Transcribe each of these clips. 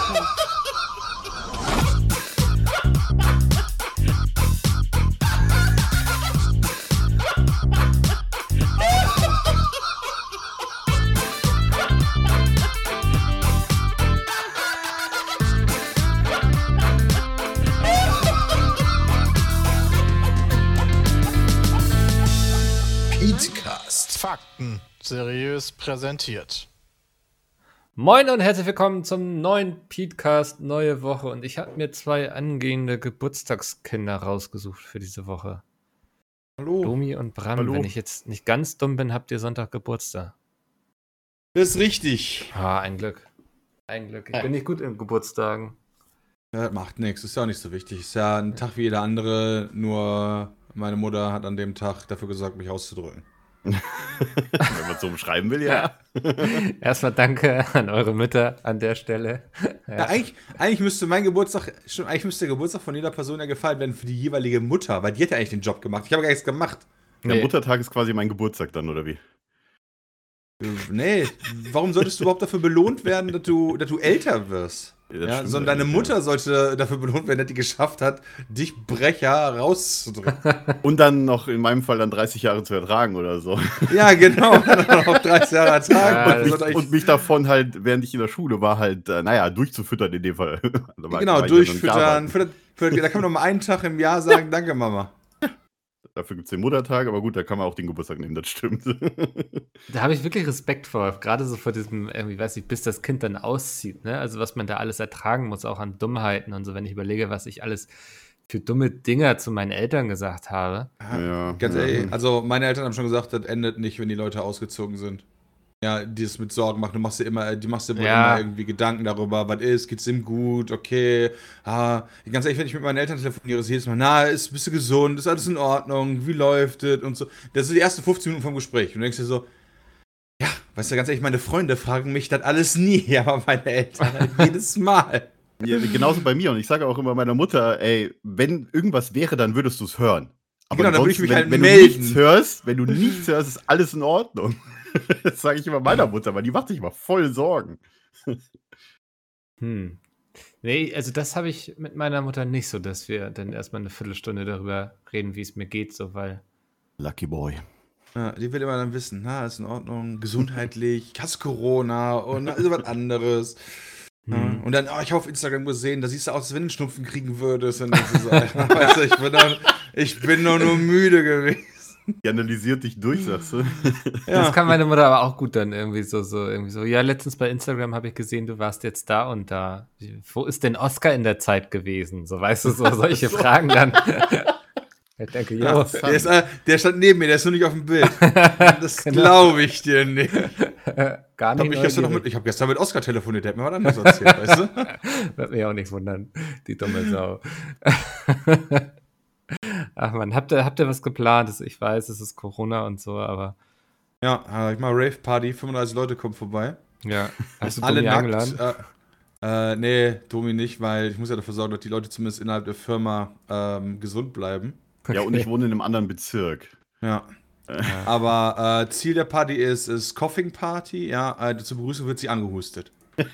Fakten seriös präsentiert. Moin und herzlich willkommen zum neuen Petecast, neue Woche. Und ich habe mir 2 angehende Geburtstagskinder rausgesucht für diese Woche. Hallo. Domi und Bram. Hallo. Wenn ich jetzt nicht ganz dumm bin, habt ihr Sonntag Geburtstag. Das ist richtig. Ah, ein Glück. Ein Glück. Ich bin nicht gut in Geburtstagen. Ja, das macht nichts, ist ja auch nicht so wichtig. Ist ja ein Tag wie jeder andere, nur meine Mutter hat an dem Tag dafür gesorgt, mich auszudrücken. Wenn man so umschreiben will, ja. Erstmal danke an eure Mütter an der Stelle. Ja, eigentlich müsste der Geburtstag von jeder Person ja gefeiert werden für die jeweilige Mutter, weil die hat ja eigentlich den Job gemacht. Ich habe gar nichts gemacht. Der Muttertag ist quasi mein Geburtstag dann, oder wie? Nee, warum solltest du überhaupt dafür belohnt werden, dass du älter wirst? Ja, sondern deine Mutter sollte dafür belohnt werden, dass die geschafft hat, dich Brecher rauszudrücken. Und dann noch in meinem Fall dann 30 Jahre zu ertragen oder so. Ja, genau. Auch 30 Jahre ertragen. Und mich davon halt, während ich in der Schule war, halt, durchzufüttern in dem Fall. Genau, durchfüttern. Da kann man noch mal einen Tag im Jahr sagen, danke Mama. Dafür gibt es den Muttertag, aber gut, da kann man auch den Geburtstag nehmen, das stimmt. Da habe ich wirklich Respekt vor, gerade so vor diesem, irgendwie weiß ich, bis das Kind dann auszieht, ne? Also was man da alles ertragen muss, auch an Dummheiten und so, wenn ich überlege, was ich alles für dumme Dinger zu meinen Eltern gesagt habe. Ja, ganz ehrlich, also meine Eltern haben schon gesagt, das endet nicht, wenn die Leute ausgezogen sind. Ja, die es mit Sorgen machen, die machst dir immer irgendwie Gedanken darüber, was ist, geht's ihm gut, okay, ganz ehrlich, wenn ich mit meinen Eltern telefoniere, ist jedes Mal, bist du gesund, ist alles in Ordnung, wie läuft es und so. Das sind die ersten 15 Minuten vom Gespräch und du denkst dir so, ja, weißt du, ganz ehrlich, meine Freunde fragen mich das alles nie, aber meine Eltern halt jedes Mal. Ja, genauso bei mir und ich sage auch immer meiner Mutter, ey, wenn irgendwas wäre, dann würdest du es hören. Aber genau, dann würde ich mich halt wenn melden. Wenn du nichts hörst, ist alles in Ordnung. Das sage ich immer meiner Mutter, weil die macht sich immer voll Sorgen. Nee, also das habe ich mit meiner Mutter nicht so, dass wir dann erstmal eine Viertelstunde darüber reden, wie es mir geht, so, weil... Lucky Boy. Ja, die will immer dann wissen, ist in Ordnung, gesundheitlich, hast Corona und ist was anderes. Ja, und dann, ich habe auf Instagram gesehen, da siehst du aus, als wenn du einen Schnupfen kriegen würdest. Und so, weißt du, ich bin doch nur müde gewesen. Die analysiert dich durch, sagst du? Ja. Das kann meine Mutter aber auch gut dann irgendwie so. Ja, letztens bei Instagram habe ich gesehen, du warst jetzt da und da. Wo ist denn Oscar in der Zeit gewesen? So, weißt du, so solche Fragen dann. Ich denke, der stand neben mir, der ist nur nicht auf dem Bild. Das glaube ich dir nicht. Gar nicht. Ich habe gestern mit Oscar telefoniert, der hat mir was anderes erzählt, weißt du? Wird mich auch nicht wundern, die dumme Sau. Ach man, habt ihr was geplant? Ich weiß, es ist Corona und so, aber... Ja, ich mache Rave-Party, 35 Leute kommen vorbei. Ja, hast du alle Domi eingeladen? Nee, Domi nicht, weil ich muss ja dafür sorgen, dass die Leute zumindest innerhalb der Firma gesund bleiben. Okay. Ja, und ich wohne in einem anderen Bezirk. Ja. Aber Ziel der Party ist Coughing Party, ja, zur Begrüßung wird sie angehustet.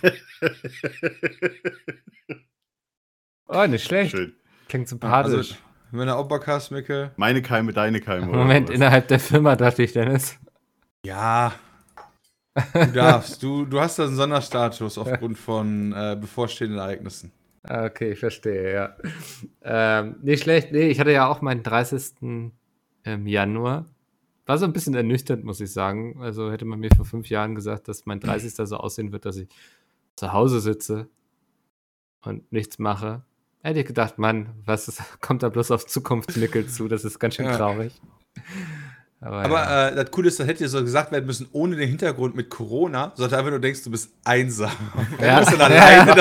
Oh, nicht schlecht. Schön. Klingt sympathisch. Also, wenn der Oberkast, Micke. Meine Keime, deine Keime. Moment, innerhalb der Firma dachte ich, Dennis. Ja. Du darfst. Du hast da einen Sonderstatus aufgrund von bevorstehenden Ereignissen. Okay, ich verstehe, ja. Nicht schlecht. Nee, ich hatte ja auch meinen 30. Januar. War so ein bisschen ernüchternd, muss ich sagen. Also hätte man mir vor 5 Jahren gesagt, dass mein 30. so aussehen wird, dass ich zu Hause sitze und nichts mache. Hätte ich gedacht, Mann, kommt da bloß auf Zukunftsmickel zu? Das ist ganz schön traurig. Aber das Coole ist, das hätte dir so gesagt werden müssen, ohne den Hintergrund mit Corona, sondern einfach nur denkst, du bist einsam. Ja. Du bist dann alleine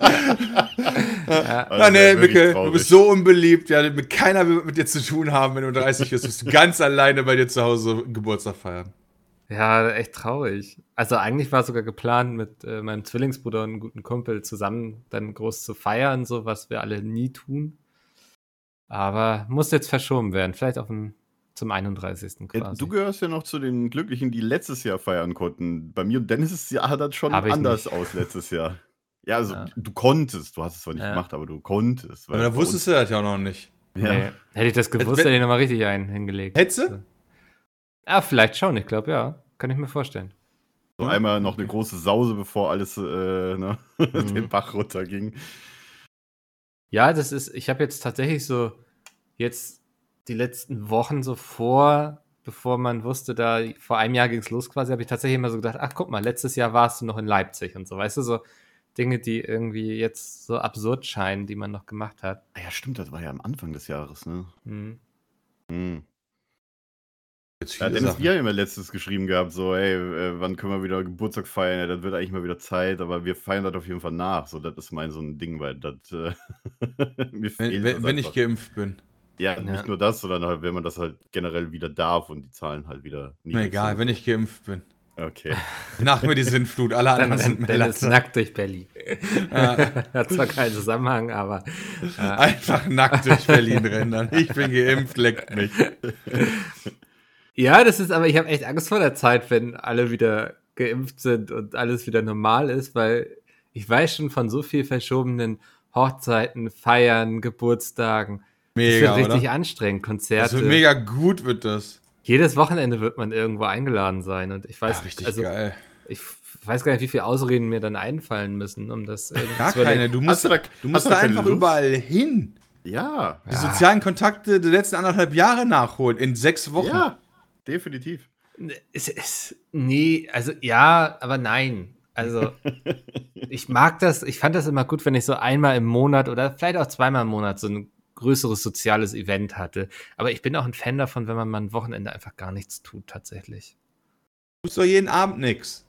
da. Nee, Micke, du bist so unbeliebt, keiner will mit dir zu tun haben, wenn du 30 bist. Du bist ganz alleine bei dir zu Hause Geburtstag feiern. Ja, echt traurig. Also eigentlich war sogar geplant, mit meinem Zwillingsbruder und einem guten Kumpel zusammen dann groß zu feiern, so was wir alle nie tun. Aber muss jetzt verschoben werden. Vielleicht zum 31. quasi. Du gehörst ja noch zu den Glücklichen, die letztes Jahr feiern konnten. Bei mir und Dennis sah das schon anders aus letztes Jahr. Ja, also du konntest, du hast es zwar nicht gemacht, aber du konntest. Aber da wusstest du das ja auch noch nicht. Ja. Nee. Hätte ich das gewusst, hätte ich nochmal richtig einen hingelegt. Hättest du? Ja, vielleicht schon, ich glaube, ja. Kann ich mir vorstellen. So einmal noch eine große Sause, bevor alles den Bach runterging. Ja, ich habe jetzt tatsächlich so jetzt die letzten Wochen so bevor man wusste, vor einem Jahr ging es los quasi, habe ich tatsächlich immer so gedacht, ach guck mal, letztes Jahr warst du noch in Leipzig und so, weißt du, so Dinge, die irgendwie jetzt so absurd scheinen, die man noch gemacht hat. Ja, stimmt, das war ja am Anfang des Jahres, ne? Ja, Dennis, wir haben immer letztes geschrieben gehabt, so, ey, wann können wir wieder Geburtstag feiern? Ja, das wird eigentlich mal wieder Zeit, aber wir feiern das auf jeden Fall nach. So, das ist so ein Ding, weil das mir fehlt wenn ich geimpft bin. Ja, nicht nur das, sondern halt, wenn man das halt generell wieder darf und die Zahlen halt wieder nicht. Egal, sind. Wenn ich geimpft bin. Okay. Nach mir die Sintflut, alle anderen sind mir Dennis nackt durch Berlin. Hat zwar keinen Zusammenhang, aber einfach nackt durch Berlin rennen. Ich bin geimpft, leckt mich. Ja, aber ich habe echt Angst vor der Zeit, wenn alle wieder geimpft sind und alles wieder normal ist, weil ich weiß schon von so viel verschobenen Hochzeiten, Feiern, Geburtstagen. Mega, das wird richtig anstrengend, Konzerte. Das wird mega gut, wird das. Jedes Wochenende wird man irgendwo eingeladen sein und ich weiß richtig geil. Ich weiß gar nicht, wie viele Ausreden mir dann einfallen müssen, um das irgendwie Gar keine, du musst da einfach überall hin. Ja. Die sozialen Kontakte der letzten 1,5 Jahre nachholen, in 6 Wochen. Ja, definitiv. Nee, also ja, aber nein. Also ich mag das, ich fand das immer gut, wenn ich so einmal im Monat oder vielleicht auch zweimal im Monat so ein größeres soziales Event hatte. Aber ich bin auch ein Fan davon, wenn man mal ein Wochenende einfach gar nichts tut, tatsächlich. Du musst doch jeden Abend nix.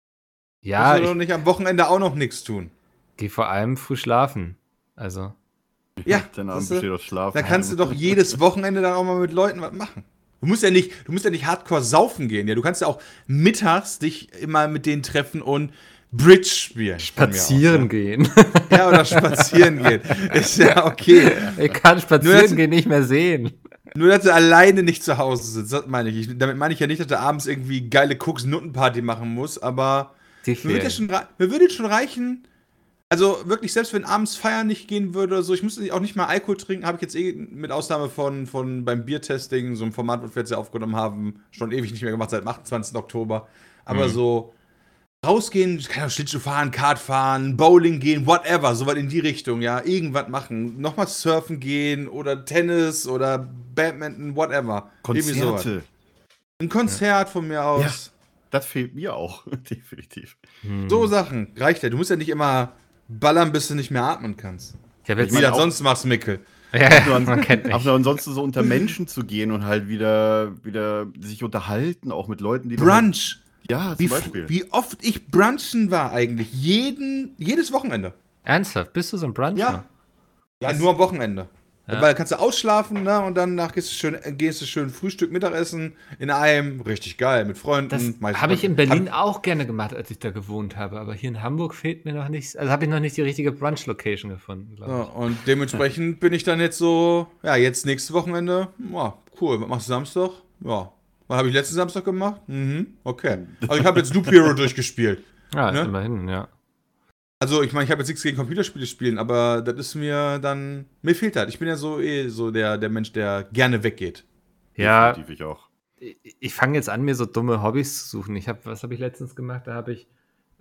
Ja. Du musst doch nicht am Wochenende auch noch nichts tun. Geh vor allem früh schlafen. Also. Ja, dann Abend besteht aus Schlafen. Da kannst du doch jedes Wochenende dann auch mal mit Leuten was machen. Du musst ja nicht hardcore saufen gehen. Ja? Du kannst ja auch mittags dich immer mit denen treffen und Bridge spielen. Spazieren gehen. Ja, oder spazieren gehen. Ist ja okay. Ich kann spazieren gehen nicht mehr sehen. Nur, dass du alleine nicht zu Hause sitzt, das meine ich. Damit meine ich ja nicht, dass du abends irgendwie geile Koks-Nutten-Party machen musst, aber mir würde schon reichen, also wirklich, selbst wenn abends feiern nicht gehen würde oder so, ich müsste auch nicht mal Alkohol trinken, habe ich jetzt mit Ausnahme von beim Biertesting, so ein Format, was wir jetzt ja aufgenommen haben, schon ewig nicht mehr gemacht, seit dem 28. Oktober. Aber so rausgehen, ich kann auch Schlittschuh fahren, Kart fahren, Bowling gehen, whatever, sowas in die Richtung, ja, irgendwas machen. Nochmal surfen gehen oder Tennis oder Badminton, whatever. Konzerte. Ein Konzert von mir aus. Ja, das fehlt mir auch, definitiv. So Sachen, reicht ja. Du musst ja nicht immer ballern, bis du nicht mehr atmen kannst. Ich jetzt wie du sonst machst, Mickel. Ja, man kennt mich. Auch ansonsten so unter Menschen zu gehen und halt wieder sich unterhalten, auch mit Leuten, die... Brunch! Ja, zum Beispiel. Wie oft ich brunchen war eigentlich. Jedes Wochenende. Ernsthaft? Bist du so ein Bruncher? Ja, nur am Wochenende. Ja. Weil kannst du ausschlafen, ne? Und dann gehst du schön Frühstück, Mittagessen in einem. Richtig geil, mit Freunden. Das habe ich in Berlin auch gerne gemacht, als ich da gewohnt habe. Aber hier in Hamburg fehlt mir noch nicht, also habe ich noch nicht die richtige Brunch-Location gefunden, glaube ich. Ja, und dementsprechend bin ich dann jetzt so, ja, jetzt nächstes Wochenende. Ja, cool. Was machst du Samstag? Ja. Was habe ich letzten Samstag gemacht? Okay. Also ich habe jetzt Loop Hero durchgespielt. Ja, ne? Immerhin, ja. Also ich meine, ich habe jetzt nichts gegen Computerspiele spielen, aber das ist mir fehlt das. Ich bin ja so der Mensch, der gerne weggeht. Ja, definitiv ich auch. Ich fange jetzt an, mir so dumme Hobbys zu suchen. Was habe ich letztens gemacht? Da habe ich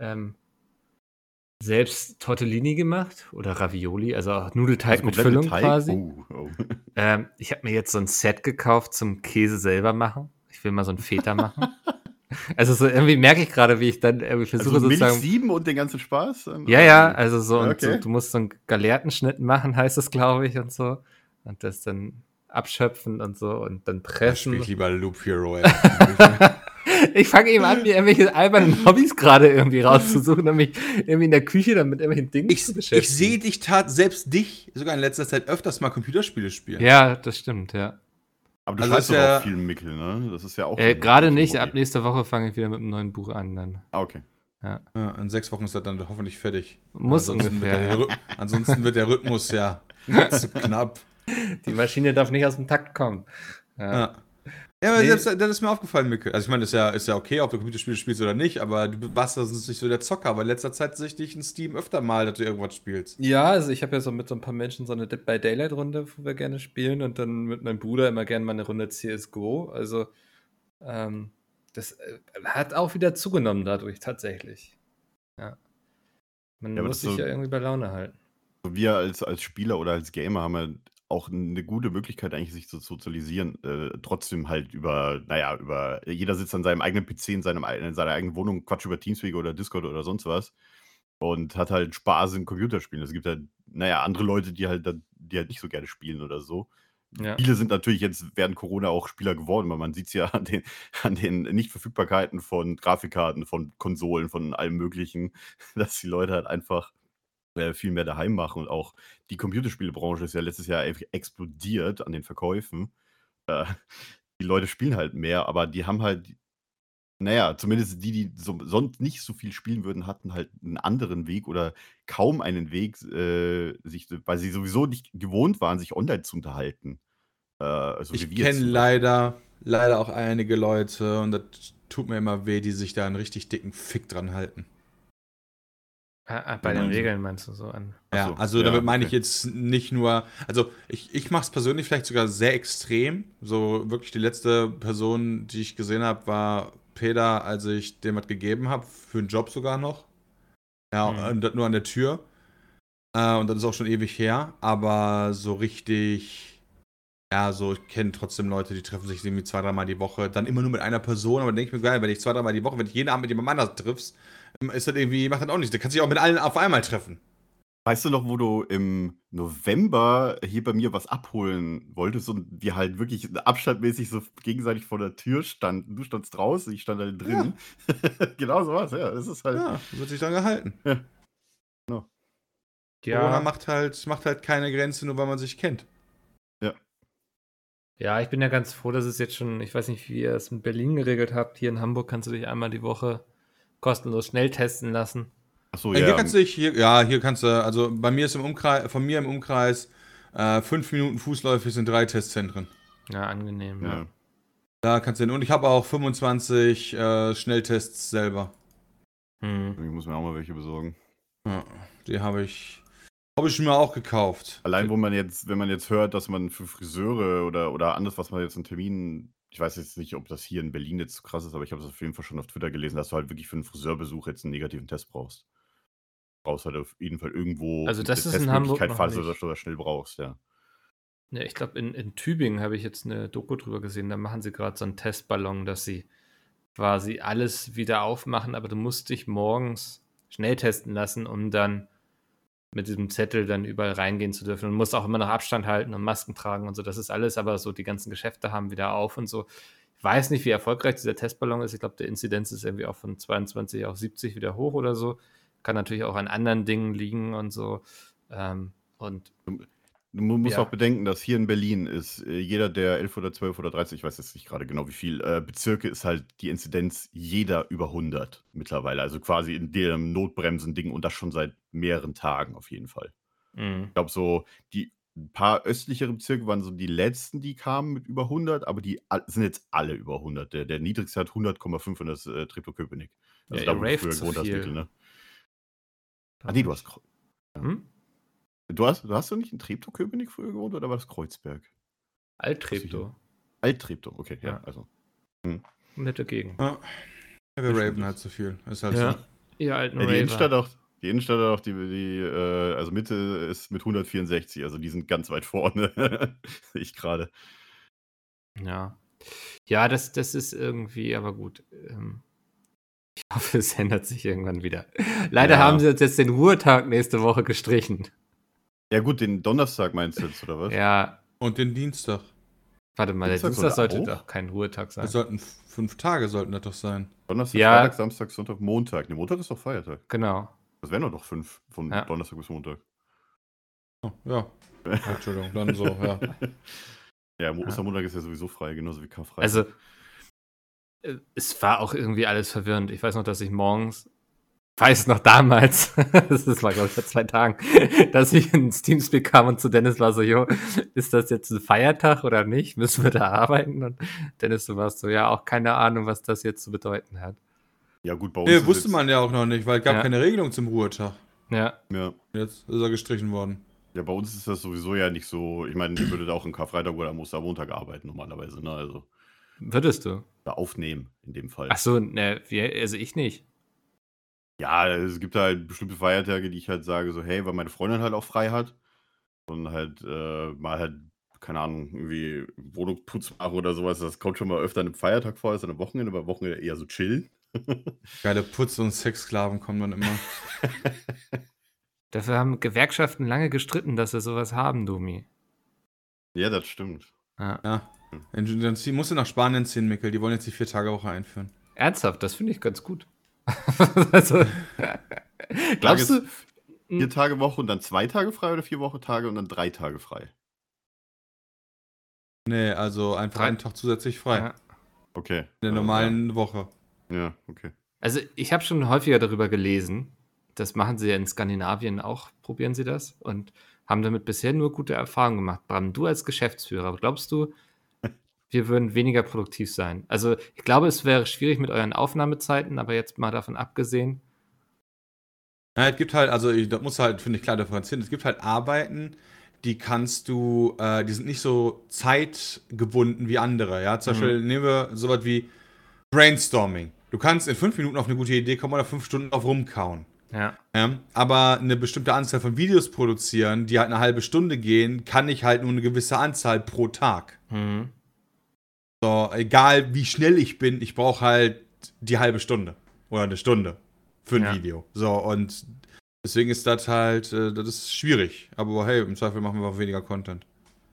selbst Tortellini gemacht oder Ravioli, also auch Nudelteig mit Füllung quasi. Oh. Ich habe mir jetzt so ein Set gekauft zum Käse selber machen. Ich will mal so ein Feta machen. Also so irgendwie merke ich gerade, wie ich dann irgendwie versuche also sozusagen... Milch 7 und den ganzen Spaß? Ja, also so, okay. Und so, du musst so einen Galertenschnitt machen, heißt es, glaube ich, und so. Und das dann abschöpfen und so und dann pressen. Ich lieber Loop Hero, ey. Ich fange eben an, mir irgendwelche albernen Hobbys gerade irgendwie rauszusuchen, um mich irgendwie in der Küche dann mit irgendwelchen Dingen zu beschäftigen. Ich sehe dich selbst sogar in letzter Zeit öfters mal Computerspiele spielen. Ja, das stimmt, ja. Aber du schreibst doch auch viel Mickel, ne? Das ist ja auch... Gerade nicht, ab nächster Woche fange ich wieder mit einem neuen Buch an dann. Okay. Ja, in 6 Wochen ist das dann hoffentlich fertig. Muss ungefähr. Ansonsten wird der Rhythmus ja zu knapp. Die Maschine darf nicht aus dem Takt kommen. Ja. Ja, aber selbst das ist mir aufgefallen, Micke. Also ich meine, ist ja okay, ob du Computerspiele spielst oder nicht, aber du warst das nicht so der Zocker, aber in letzter Zeit sehe ich dich in Steam öfter mal, dass du irgendwas spielst. Ja, also ich habe ja so mit so ein paar Menschen so eine Dead by Daylight-Runde, wo wir gerne spielen und dann mit meinem Bruder immer gerne mal eine Runde CSGO. Also das hat auch wieder zugenommen dadurch tatsächlich. Ja. Man muss sich ja irgendwie bei Laune halten. Wir als Spieler oder als Gamer haben ja auch eine gute Möglichkeit, eigentlich sich zu sozialisieren. Trotzdem halt jeder sitzt an seinem eigenen PC in seiner eigenen Wohnung, quatscht über Teamspeak oder Discord oder sonst was und hat halt Spaß in Computerspielen. Es gibt halt, andere Leute, die halt nicht so gerne spielen oder so. Ja. Viele sind natürlich jetzt während Corona auch Spieler geworden, weil man sieht es ja an den Nichtverfügbarkeiten von Grafikkarten, von Konsolen, von allem Möglichen, dass die Leute halt einfach viel mehr daheim machen. Und auch die Computerspielebranche ist ja letztes Jahr explodiert an den Verkäufen. Die Leute spielen halt mehr, aber die haben halt, zumindest die sonst nicht so viel spielen würden, hatten halt einen anderen Weg oder kaum einen Weg, weil sie sowieso nicht gewohnt waren, sich online zu unterhalten. Ich kenne leider auch einige Leute, und das tut mir immer weh, die sich da einen richtig dicken Fick dran halten. Bei den Regeln meinst du so an? Ja, also damit meine ich jetzt nicht nur, also ich mache es persönlich vielleicht sogar sehr extrem. So wirklich die letzte Person, die ich gesehen habe, war Peter, als ich dem was gegeben habe, für einen Job sogar noch. Ja, und das nur an der Tür. Und das ist auch schon ewig her, aber so richtig, ich kenne trotzdem Leute, die treffen sich irgendwie 2-3 Mal die Woche, dann immer nur mit einer Person, aber denke ich mir, geil, wenn ich 2-3 Mal die Woche, wenn ich jeden Abend mit jemandem anders triffst, ist das irgendwie, macht das auch nichts. Da kannst du dich auch mit allen auf einmal treffen. Weißt du noch, wo du im November hier bei mir was abholen wolltest und wir halt wirklich abstandmäßig so gegenseitig vor der Tür standen? Du standst draußen, ich stand da drin. Ja. Genau so was, ja. Das ist halt. Ja, wird sich dann gehalten. Ja. Genau. Corona macht halt keine Grenze, nur weil man sich kennt. Ja. Ja, ich bin ja ganz froh, dass es jetzt schon, ich weiß nicht, wie ihr es in Berlin geregelt habt. Hier in Hamburg kannst du dich einmal die Woche kostenlos schnell testen lassen. Achso, ja. Hier kannst du, also bei mir ist von mir im Umkreis 5 Minuten fußläufig sind 3 Testzentren. Ja, angenehm. Ja. Da kannst du hin. Und ich habe auch 25 Schnelltests selber. Ich muss mir auch mal welche besorgen. Ja, die habe ich mir auch gekauft. Allein, wenn man jetzt hört, dass man für Friseure oder alles, was man jetzt einen Termin, ich weiß jetzt nicht, ob das hier in Berlin jetzt so krass ist, aber ich habe es auf jeden Fall schon auf Twitter gelesen, dass du halt wirklich für einen Friseurbesuch jetzt einen negativen Test brauchst. Du brauchst halt auf jeden Fall irgendwo eine Testmöglichkeit, falls du das schnell brauchst, ja. Ja, ich glaube, in Tübingen habe ich jetzt eine Doku drüber gesehen, da machen sie gerade so einen Testballon, dass sie quasi alles wieder aufmachen, aber du musst dich morgens schnell testen lassen, um dann mit diesem Zettel dann überall reingehen zu dürfen und musst auch immer noch Abstand halten und Masken tragen und so. Das ist alles, aber so die ganzen Geschäfte haben wieder auf und so. Ich weiß nicht, wie erfolgreich dieser Testballon ist. Ich glaube, der Inzidenz ist irgendwie auch von 22 auf 70 wieder hoch oder so. Kann natürlich auch an anderen Dingen liegen und so. Du musst auch bedenken, dass hier in Berlin ist jeder der 11 oder 12 oder 13, ich weiß jetzt nicht gerade genau wie viel, Bezirke ist halt die Inzidenz jeder über 100 mittlerweile. Also quasi in dem Notbremsen-Ding und das schon seit mehreren Tagen auf jeden Fall. Ich glaube so, die ein paar östlichere Bezirke waren so die letzten, die kamen mit über 100, aber die sind jetzt alle über 100. Der niedrigste hat 100,5 und das Treptow-Köpenick. Also da, wo du früher gewohnt hast, Mikkel, ne? Nee, du hast... Du hast doch nicht in Treptow-Köpenick früher gewohnt, oder war das Kreuzberg? Alt-Treptow. Alt-Treptow, okay, ja, also. Nette Gegend. Ja, wir raven halt so viel. Ist halt so. Ihr alten Die Innenstadt auch, also Mitte ist mit 164, also die sind ganz weit vorne, sehe ich gerade. Ja. Ja, das ist irgendwie, aber gut. Ich hoffe, es ändert sich irgendwann wieder. Leider haben sie uns jetzt den Ruhetag nächste Woche gestrichen. Ja gut, den Donnerstag meinst du jetzt, oder was? Ja. Und den Dienstag. Warte mal, der Dienstag sollte doch kein Ruhetag sein. Das sollten 5 Tage sollten das doch sein. Donnerstag, Freitag, Samstag, Sonntag, Montag. Ne, Montag ist doch Feiertag. Genau. Das wären doch 5 von Donnerstag bis Montag. Oh, ja. Entschuldigung, dann so, ja. Ja, Ostermontag ist ja sowieso frei, genauso wie Karfreitag. Also, es war auch irgendwie alles verwirrend. Ich weiß noch, dass ich morgens weiß noch damals, das war glaube ich vor 2 Tagen, dass ich ins Teamspeak kam und zu Dennis war so, jo, ist das jetzt ein Feiertag oder nicht? Müssen wir da arbeiten? Und Dennis, du warst so, ja, auch keine Ahnung, was das jetzt zu bedeuten hat. Ja, gut, bei uns. Wusste man ja auch noch nicht, weil es gab keine Regelung zum Ruhetag. Ja. Jetzt ist er gestrichen worden. Ja, bei uns ist das sowieso ja nicht so. Ich meine, ich würde auch am Karfreitag oder am Ostermontag arbeiten normalerweise, ne? Also. Würdest du? Da aufnehmen, in dem Fall. Ach so, ne, also ich nicht. Ja, es gibt halt bestimmte Feiertage, die ich halt sage, so, hey, weil meine Freundin halt auch frei hat und halt mal halt, keine Ahnung, irgendwie Wohnungsputz mache oder sowas. Das kommt schon mal öfter an einem Feiertag vor als an einem Wochenende, weil Wochenende eher so chillen. Geile Putz- und Sexsklaven kommen dann immer. Dafür haben Gewerkschaften lange gestritten, dass wir sowas haben, Domi. Ja, das stimmt. Ja. Dann musst du nach Spanien ziehen, Mikkel. Die wollen jetzt die 4-Tage-Woche einführen. Ernsthaft, das finde ich ganz gut. Also, glaubst du? 4 Tage Woche und dann 2 Tage frei oder 4 Tage und dann 3 Tage frei? Nee, also einfach einen Tag zusätzlich frei. Ja. Okay. In der normalen Woche. Ja, okay. Also ich habe schon häufiger darüber gelesen. Das machen sie ja in Skandinavien auch, probieren sie das und haben damit bisher nur gute Erfahrungen gemacht. Bram, du als Geschäftsführer, glaubst du, wir würden weniger produktiv sein? Also ich glaube, es wäre schwierig mit euren Aufnahmezeiten, aber jetzt mal davon abgesehen. Ja, es gibt halt, also da muss halt, finde ich, klar differenzieren. Es gibt halt Arbeiten, die kannst du, die sind nicht so zeitgebunden wie andere. Ja, zum Beispiel nehmen wir sowas wie Brainstorming. Du kannst in 5 Minuten auf eine gute Idee kommen oder 5 Stunden auf rumkauen. Ja. Aber eine bestimmte Anzahl von Videos produzieren, die halt eine halbe Stunde gehen, kann ich halt nur eine gewisse Anzahl pro Tag. So, egal wie schnell ich bin, ich brauche halt die halbe Stunde oder eine Stunde für ein Video. So, und deswegen ist das halt, das ist schwierig. Aber hey, im Zweifel machen wir auch weniger Content.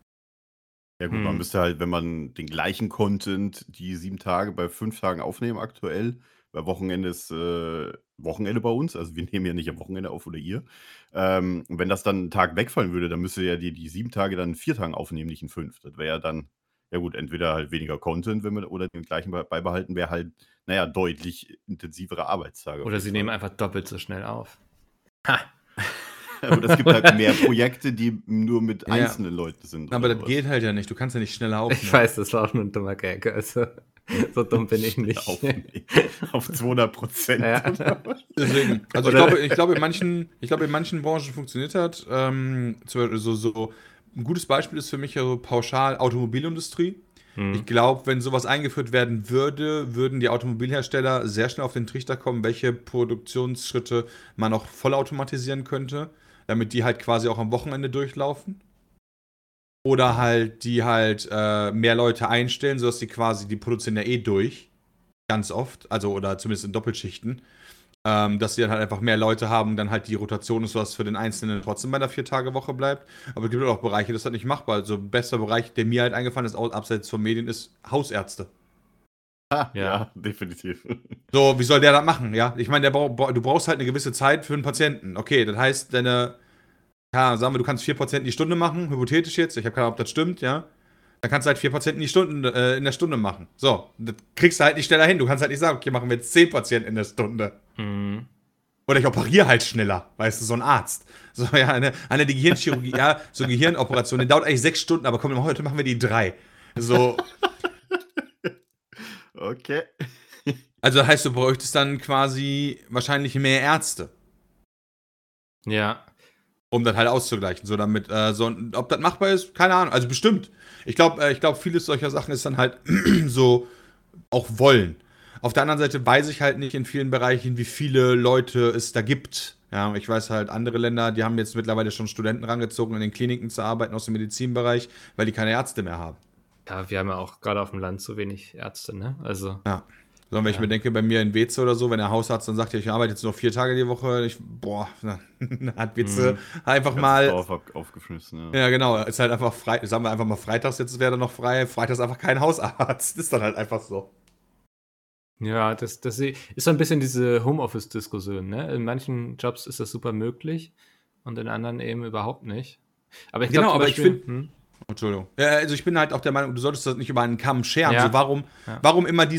Ja gut, man müsste halt, wenn man den gleichen Content die 7 Tage bei 5 Tagen aufnehmen aktuell, weil Wochenende ist Wochenende bei uns, also wir nehmen ja nicht am Wochenende auf oder ihr. Und wenn das dann einen Tag wegfallen würde, dann müsste ja die 7 Tage dann in 4 Tagen aufnehmen, nicht in 5. Das wäre ja dann, ja gut, entweder halt weniger Content, wenn wir oder den gleichen beibehalten, wäre halt, naja, deutlich intensivere Arbeitstage. Oder sie nehmen einfach doppelt so schnell auf. Ha! Aber es gibt halt mehr Projekte, die nur mit einzelnen Leuten sind. Aber das geht halt ja nicht. Du kannst ja nicht schneller aufnehmen. Ich weiß, das war auch nur ein dummer Gag. Also, so dumm bin ich nicht. Auf 200%. Ja. Deswegen, also ich glaube, in manchen Branchen funktioniert das. Zum Beispiel so ein gutes Beispiel ist für mich ja so pauschal Automobilindustrie. Ich glaube, wenn sowas eingeführt werden würde, würden die Automobilhersteller sehr schnell auf den Trichter kommen, welche Produktionsschritte man auch vollautomatisieren könnte, damit die halt quasi auch am Wochenende durchlaufen. Oder halt die halt mehr Leute einstellen, sodass die produzieren ja durch. Ganz oft. Also, oder zumindest in Doppelschichten. Dass sie dann halt einfach mehr Leute haben, dann halt die Rotation ist, was für den Einzelnen trotzdem bei der 4-Tage-Woche bleibt. Aber es gibt halt auch Bereiche, das ist halt nicht machbar. Also, bester Bereich, der mir halt eingefallen ist, abseits von Medien, ist Hausärzte. Ja, definitiv. So, wie soll der das machen, ja? Ich meine, du brauchst halt eine gewisse Zeit für einen Patienten. Okay, das heißt, sagen wir, du kannst 4 Patienten die Stunde machen, hypothetisch jetzt. Ich habe keine Ahnung, ob das stimmt, ja? Dann kannst du halt 4 Patienten in der Stunde machen. So, das kriegst du halt nicht schneller hin. Du kannst halt nicht sagen, okay, machen wir jetzt 10 Patienten in der Stunde. Oder ich operiere halt schneller, weißt du, so ein Arzt. So, ja, eine die Gehirnchirurgie, ja, so Gehirnoperation, die dauert eigentlich 6 Stunden, aber komm, heute machen wir die 3. So. Okay. Also das heißt, du bräuchtest dann quasi wahrscheinlich mehr Ärzte. Ja. Um das halt auszugleichen. So damit, ob das machbar ist, keine Ahnung. Also bestimmt. Ich glaube, vieles solcher Sachen ist dann halt so auch wollen. Auf der anderen Seite weiß ich halt nicht in vielen Bereichen, wie viele Leute es da gibt. Ja, ich weiß halt, andere Länder, die haben jetzt mittlerweile schon Studenten rangezogen, in den Kliniken zu arbeiten aus dem Medizinbereich, weil die keine Ärzte mehr haben. Ja, wir haben ja auch gerade auf dem Land zu wenig Ärzte, ne? Also. Ja. So, wenn ich mir denke, bei mir in Weze oder so, wenn der Hausarzt dann sagt, ich arbeite jetzt nur 4 Tage die Woche, hat Weze einfach mal aufgeschmissen, ja, genau, ist halt einfach frei, sagen wir einfach mal freitags, jetzt wäre er noch frei, freitags einfach kein Hausarzt, ist dann halt einfach so. Ja, das ist so ein bisschen diese Homeoffice-Diskussion, ne? In manchen Jobs ist das super möglich und in anderen eben überhaupt nicht. Aber ich glaube, ich finde, Entschuldigung. Also ich bin halt auch der Meinung, du solltest das nicht über einen Kamm scheren. Ja. So, warum immer dieses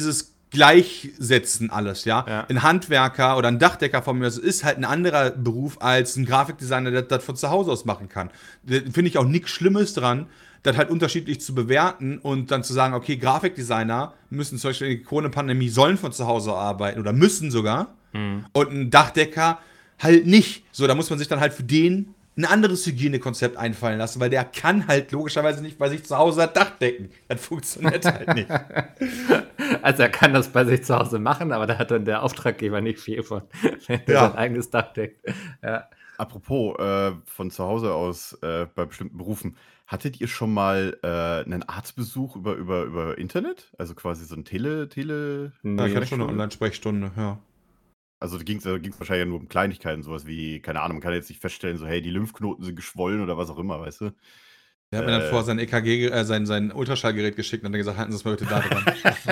gleichsetzen alles, ja? Ja. Ein Handwerker oder ein Dachdecker von mir ist halt ein anderer Beruf als ein Grafikdesigner, der das von zu Hause aus machen kann. Da finde ich auch nichts Schlimmes dran, das halt unterschiedlich zu bewerten und dann zu sagen, okay, Grafikdesigner müssen zum Beispiel in der Corona-Pandemie sollen von zu Hause arbeiten oder müssen sogar und ein Dachdecker halt nicht. So, da muss man sich dann halt für den ein anderes Hygienekonzept einfallen lassen, weil der kann halt logischerweise nicht bei sich zu Hause das Dach decken. Das funktioniert halt nicht. Also er kann das bei sich zu Hause machen, aber da hat dann der Auftraggeber nicht viel von, wenn er sein eigenes Dach deckt. Ja. Apropos, von zu Hause aus bei bestimmten Berufen, hattet ihr schon mal einen Arztbesuch über Internet? Also quasi so ein Ja, ich hatte schon eine Online-Sprechstunde, ja. Also da ging's wahrscheinlich nur um Kleinigkeiten, sowas wie, keine Ahnung, man kann jetzt nicht feststellen, so, hey, die Lymphknoten sind geschwollen oder was auch immer, weißt du? Der hat mir dann vorher sein EKG, sein Ultraschallgerät geschickt und dann gesagt, halten Sie es mal bitte da dran.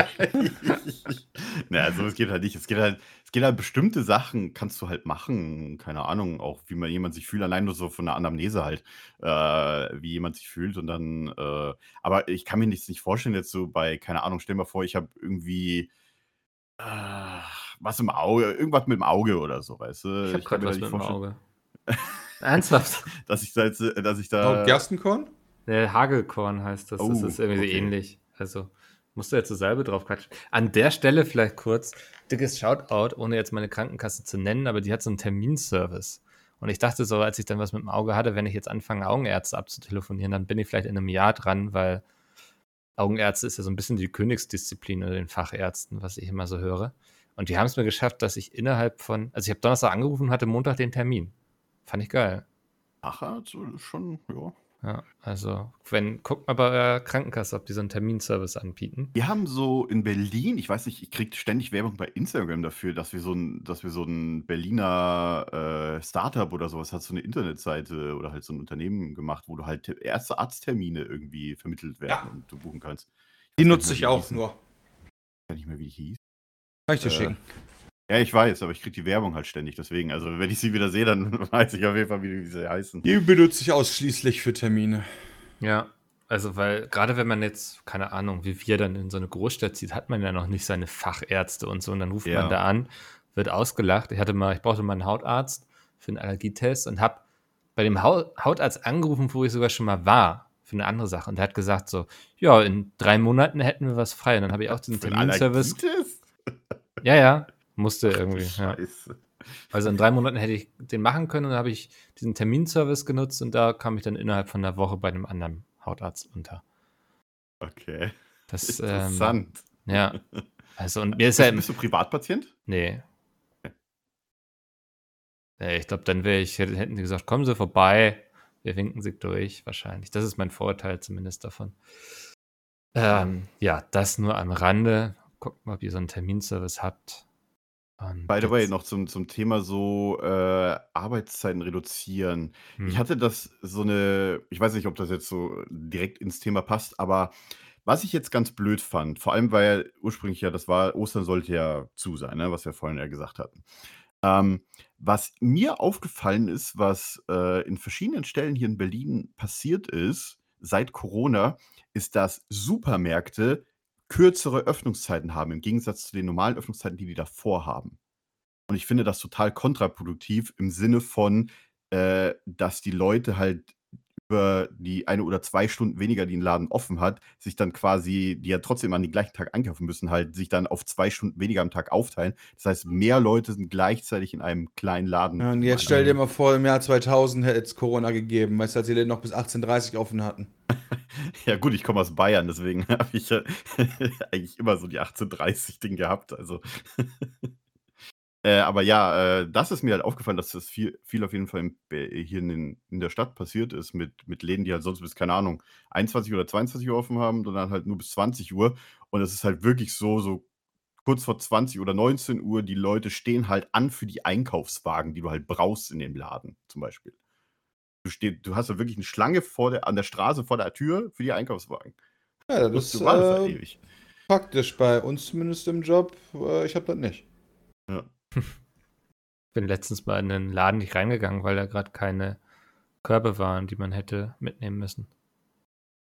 Na, also es geht halt nicht. Es geht halt bestimmte Sachen kannst du halt machen, keine Ahnung, auch wie jemand sich fühlt, allein nur so von der Anamnese halt, wie jemand sich fühlt und dann, aber ich kann mir nicht vorstellen jetzt so bei, keine Ahnung, stell dir mal vor, ich habe irgendwie was im Auge, irgendwas mit dem Auge oder so, weißt du? Ich habe kann gerade mir was da nicht mit dem vorstellen, Auge. Ernsthaft? dass ich Oh, da, Gerstenkorn? Hagelkorn heißt das. Das Oh, ist irgendwie so okay. ähnlich. Also musst du jetzt so Salbe drauf quatschen. An der Stelle vielleicht kurz, dickes Shoutout, ohne jetzt meine Krankenkasse zu nennen, aber die hat so einen Terminservice. Und ich dachte so, als ich dann was mit dem Auge hatte, wenn ich jetzt anfange, Augenärzte abzutelefonieren, dann bin ich vielleicht in einem Jahr dran, weil Augenärzte ist ja so ein bisschen die Königsdisziplin unter den Fachärzten, was ich immer so höre. Und die haben es mir geschafft, dass ich innerhalb von, also ich habe Donnerstag angerufen und hatte Montag den Termin. Fand ich geil. Ach, so schon, ja. Ja, also guckt mal bei eurer Krankenkasse, ob die so einen Terminservice anbieten. Wir haben so in Berlin, ich weiß nicht, ich kriege ständig Werbung bei Instagram dafür, dass wir so ein Berliner Startup oder sowas hat, so eine Internetseite oder halt so ein Unternehmen gemacht, wo du halt erste Arzttermine irgendwie vermittelt werden und du buchen kannst. Die weiß gar nutze nicht ich mehr, wie die auch hießen. nur. Ich weiß nicht mehr, wie die hieß. Kann ich dir Äh, schicken. Ja, ich weiß, aber ich kriege die Werbung halt ständig, deswegen. Also, wenn ich sie wieder sehe, dann weiß ich auf jeden Fall, wie sie heißen. Die benutze ich ausschließlich für Termine. Ja, also weil gerade wenn man jetzt, keine Ahnung, wie wir dann in so eine Großstadt zieht, hat man ja noch nicht seine Fachärzte und so und dann ruft Ja. man da an, wird ausgelacht. Ich brauchte mal einen Hautarzt für einen Allergietest und habe bei dem Hautarzt angerufen, wo ich sogar schon mal war, für eine andere Sache. Und der hat gesagt so, ja, in 3 Monaten hätten wir was frei. Und dann habe ich auch diesen Für einen Terminservice. Allergietest? Ja, musste irgendwie. Ja. Scheiße. Also in 3 Monaten hätte ich den machen können und dann habe ich diesen Terminservice genutzt und da kam ich dann innerhalb von einer Woche bei einem anderen Hautarzt unter. Okay. Das, Interessant. ja. Also und mir ist ja... Bist du Privatpatient? Nee. Ich glaube, dann hätten die gesagt, kommen Sie vorbei, wir winken Sie durch, wahrscheinlich. Das ist mein Vorurteil zumindest davon. Ja, das nur am Rande. Guckt mal, ob ihr so einen Terminservice habt. Und By the way, jetzt- noch zum Thema so Arbeitszeiten reduzieren. Ich hatte das ich weiß nicht, ob das jetzt so direkt ins Thema passt, aber was ich jetzt ganz blöd fand, vor allem, weil ursprünglich Ostern sollte ja zu sein, ne, was wir vorhin ja gesagt hatten. Was mir aufgefallen ist, was in verschiedenen Stellen hier in Berlin passiert ist, seit Corona, ist, dass Supermärkte kürzere Öffnungszeiten haben, im Gegensatz zu den normalen Öffnungszeiten, die davor haben. Und ich finde das total kontraproduktiv im Sinne von, dass die Leute halt über die 1 oder 2 Stunden weniger, die 'n Laden offen hat, sich dann quasi die ja trotzdem an den gleichen Tag einkaufen müssen, halt sich dann auf 2 Stunden weniger am Tag aufteilen. Das heißt, mehr Leute sind gleichzeitig in einem kleinen Laden. Ja, und jetzt stell dir mal vor, im Jahr 2000 hätte es Corona gegeben, weißt du, als die Läden noch bis 18:30 offen hatten. Ja gut, ich komme aus Bayern, deswegen habe ich ja eigentlich immer so die 18:30 Ding gehabt, also aber ja, das ist mir halt aufgefallen, dass das viel auf jeden Fall hier in der Stadt passiert ist mit Läden, die halt sonst bis, keine Ahnung, 21 oder 22 Uhr offen haben, sondern halt nur bis 20 Uhr. Und es ist halt wirklich so kurz vor 20 oder 19 Uhr, die Leute stehen halt an für die Einkaufswagen, die du halt brauchst in dem Laden zum Beispiel. Du hast da wirklich eine Schlange an der Straße vor der Tür für die Einkaufswagen. Ja, das Du wartest da ist ewig. praktisch bei uns zumindest im Job. Ich habe das nicht. Ja. bin letztens mal in einen Laden nicht reingegangen, weil da gerade keine Körbe waren, die man hätte mitnehmen müssen.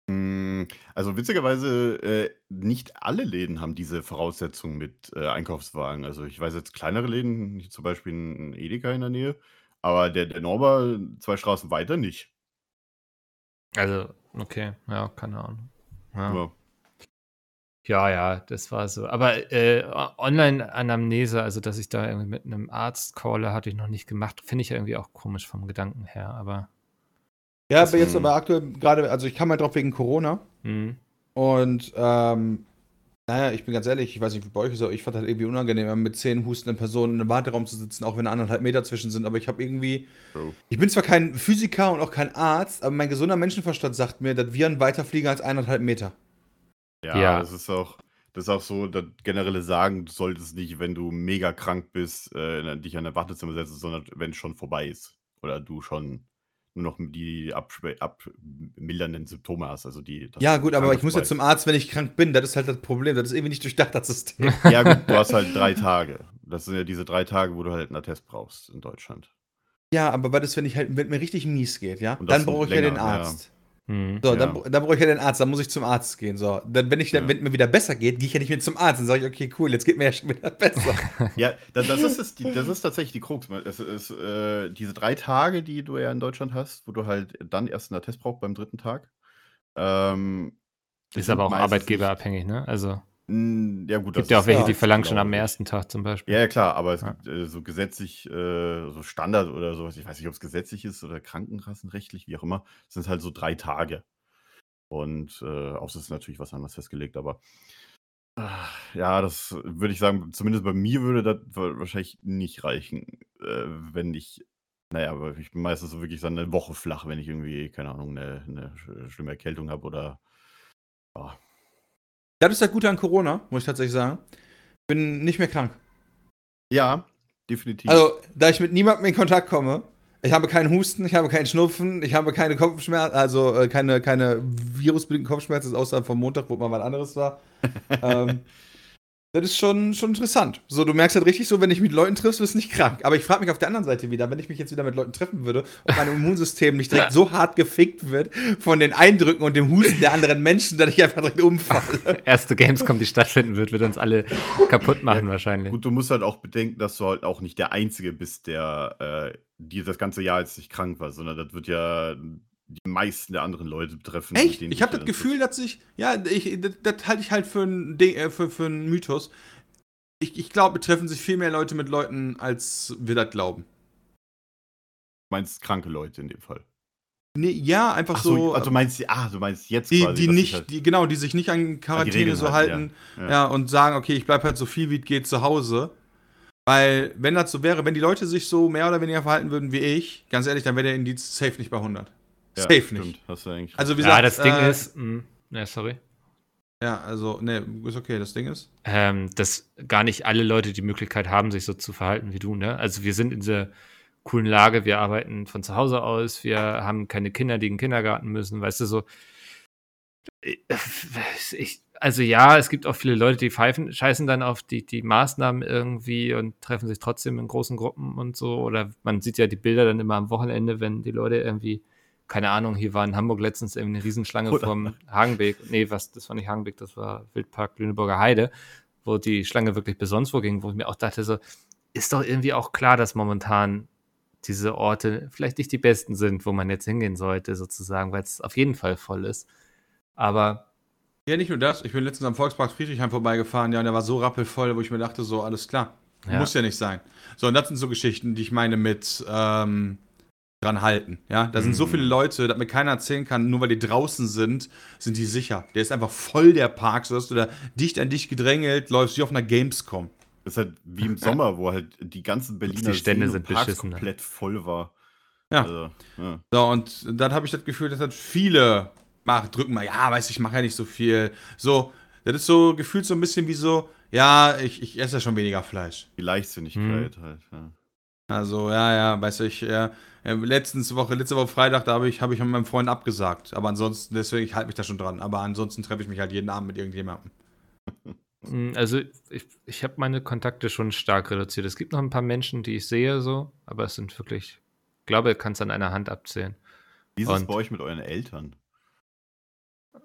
Also witzigerweise, nicht alle Läden haben diese Voraussetzung mit Einkaufswagen. Also ich weiß jetzt kleinere Läden, zum Beispiel ein Edeka in der Nähe, aber der Norma 2 Straßen weiter nicht. Also, okay, ja, keine Ahnung. Ja. Ja, das war so. Aber Online-Anamnese, also dass ich da irgendwie mit einem Arzt calle, hatte ich noch nicht gemacht. Finde ich ja irgendwie auch komisch vom Gedanken her, aber. Ja, aber jetzt aber aktuell gerade, also ich kam halt drauf wegen Corona. Und naja, ich bin ganz ehrlich, ich weiß nicht, wie bei euch ist, aber ich fand das irgendwie unangenehm, mit 10 hustenden Personen in einem Warteraum zu sitzen, auch wenn 1,5 Meter zwischen sind. Aber ich habe irgendwie, ich bin zwar kein Physiker und auch kein Arzt, aber mein gesunder Menschenverstand sagt mir, dass Viren weiter fliegen als 1,5 Meter. Ja, das ist auch so, das generelle Sagen, du solltest nicht, wenn du mega krank bist, dich an ein Wartezimmer setzen, sondern wenn es schon vorbei ist. Oder du schon nur noch die abmildernden Symptome hast. Also ja, gut, aber ich muss jetzt zum Arzt, wenn ich krank bin. Das ist halt das Problem. Das ist irgendwie nicht durchdacht, das System. Ja, gut, du hast halt 3 Tage. Das sind ja diese 3 Tage, wo du halt einen Attest brauchst in Deutschland. Ja, aber was ist, wenn mir richtig mies geht, ja? Dann brauche ich ja den Arzt. Ja. So, dann brauche ich ja den Arzt, dann muss ich zum Arzt gehen. So, dann, wenn mir wieder besser geht, gehe ich ja nicht mehr zum Arzt. Dann sage ich, okay, cool, jetzt geht mir ja schon wieder besser. Ja, das ist tatsächlich die Krux. Es ist diese 3 Tage, die du ja in Deutschland hast, wo du halt dann erst einen Attest brauchst beim 3. Tag. Ist aber auch arbeitgeberabhängig, ne? Also. Ja, gut, gibt ja auch welche, die verlangen schon am ersten Tag zum Beispiel. Ja, klar, aber es gibt so gesetzlich, so Standard oder sowas, ich weiß nicht, ob es gesetzlich ist oder krankenkassenrechtlich, wie auch immer, sind halt so 3 Tage. Und außer es ist natürlich was anderes festgelegt, aber ja, das würde ich sagen, zumindest bei mir würde das wahrscheinlich nicht reichen, wenn ich, naja, aber ich bin meistens so wirklich so eine Woche flach, wenn ich irgendwie, keine Ahnung, eine schlimme Erkältung habe oder. Das ist das Gute an Corona, muss ich tatsächlich sagen. Ich bin nicht mehr krank. Ja, definitiv. Also, da ich mit niemandem in Kontakt komme, ich habe keinen Husten, ich habe keinen Schnupfen, ich habe keine Kopfschmerzen, also keine virusbedingten Kopfschmerzen, außer vom Montag, wo mal was anderes war. Das ist schon interessant. So, du merkst halt richtig so, wenn ich mit Leuten triffst, bist du nicht krank. Aber ich frage mich auf der anderen Seite wieder, wenn ich mich jetzt wieder mit Leuten treffen würde und mein Immunsystem nicht direkt so hart gefickt wird von den Eindrücken und dem Husten der anderen Menschen, dass ich einfach direkt umfalle. Erste Gamescom, die stattfinden wird uns alle kaputt machen wahrscheinlich. Gut, du musst halt auch bedenken, dass du halt auch nicht der Einzige bist, der das ganze Jahr jetzt nicht krank war, sondern das wird ja die meisten der anderen Leute betreffen. Echt? Ich habe das Gefühl, dass das halte ich halt für einen Mythos. Ich glaube, betreffen sich viel mehr Leute mit Leuten, als wir das glauben. Du meinst kranke Leute in dem Fall? Nee, ja, einfach so. Also du meinst jetzt die, quasi. Die sich nicht an Quarantäne so halten. Ja, und sagen, okay, ich bleibe halt so viel wie es geht zu Hause. Weil, wenn das so wäre, wenn die Leute sich so mehr oder weniger verhalten würden wie ich, ganz ehrlich, dann wäre der Indiz safe nicht bei 100. Ja, safe stimmt, nicht. Hast du eigentlich also, wie gesagt, das Ding ist. Sorry. Ja, also, ist okay, das Ding ist. Dass gar nicht alle Leute die Möglichkeit haben, sich so zu verhalten wie du, ne? Also, wir sind in dieser coolen Lage, wir arbeiten von zu Hause aus, wir haben keine Kinder, die in den Kindergarten müssen, weißt du, so. Also ja, es gibt auch viele Leute, die scheißen dann auf die Maßnahmen irgendwie und treffen sich trotzdem in großen Gruppen und so. Oder man sieht ja die Bilder dann immer am Wochenende, wenn die Leute irgendwie, keine Ahnung, hier war in Hamburg letztens irgendwie eine Riesenschlange vom Hagenbeek. Nee, das war nicht Hagenbeek, das war Wildpark Lüneburger Heide, wo die Schlange wirklich bis sonst wo ging, wo ich mir auch dachte, so, ist doch irgendwie auch klar, dass momentan diese Orte vielleicht nicht die besten sind, wo man jetzt hingehen sollte, sozusagen, weil es auf jeden Fall voll ist. Aber ja, nicht nur das. Ich bin letztens am Volkspark Friedrichshain vorbeigefahren, ja, und der war so rappelvoll, wo ich mir dachte, so, alles klar. Ja. Muss ja nicht sein. So, und das sind so Geschichten, die ich meine mit dran halten. Ja, da sind so viele Leute, dass mir keiner erzählen kann, nur weil die draußen sind die sicher. Der ist einfach voll, der Park, so dass du da dicht an dich gedrängelt läufst, wie auf einer Gamescom. Das ist halt wie im Sommer, wo halt die ganzen Berliner Stände sind Parks komplett voll war. Ja. Also, ja. So, und dann habe ich das Gefühl, dass halt viele drücken mal, ja, weiß ich mache ja nicht so viel. So, das ist so gefühlt so ein bisschen wie so, ja, ich esse ja schon weniger Fleisch. Die Leichtsinnigkeit halt, ja. Also, ja, weiß ich, letzte Woche Freitag, da habe ich mit meinem Freund abgesagt. Aber ansonsten, deswegen, ich halte mich da schon dran. Aber ansonsten treffe ich mich halt jeden Abend mit irgendjemandem. Also, ich habe meine Kontakte schon stark reduziert. Es gibt noch ein paar Menschen, die ich sehe, so, aber es sind wirklich, ich glaube, ich kann es an einer Hand abzählen. Wie ist es bei euch mit euren Eltern?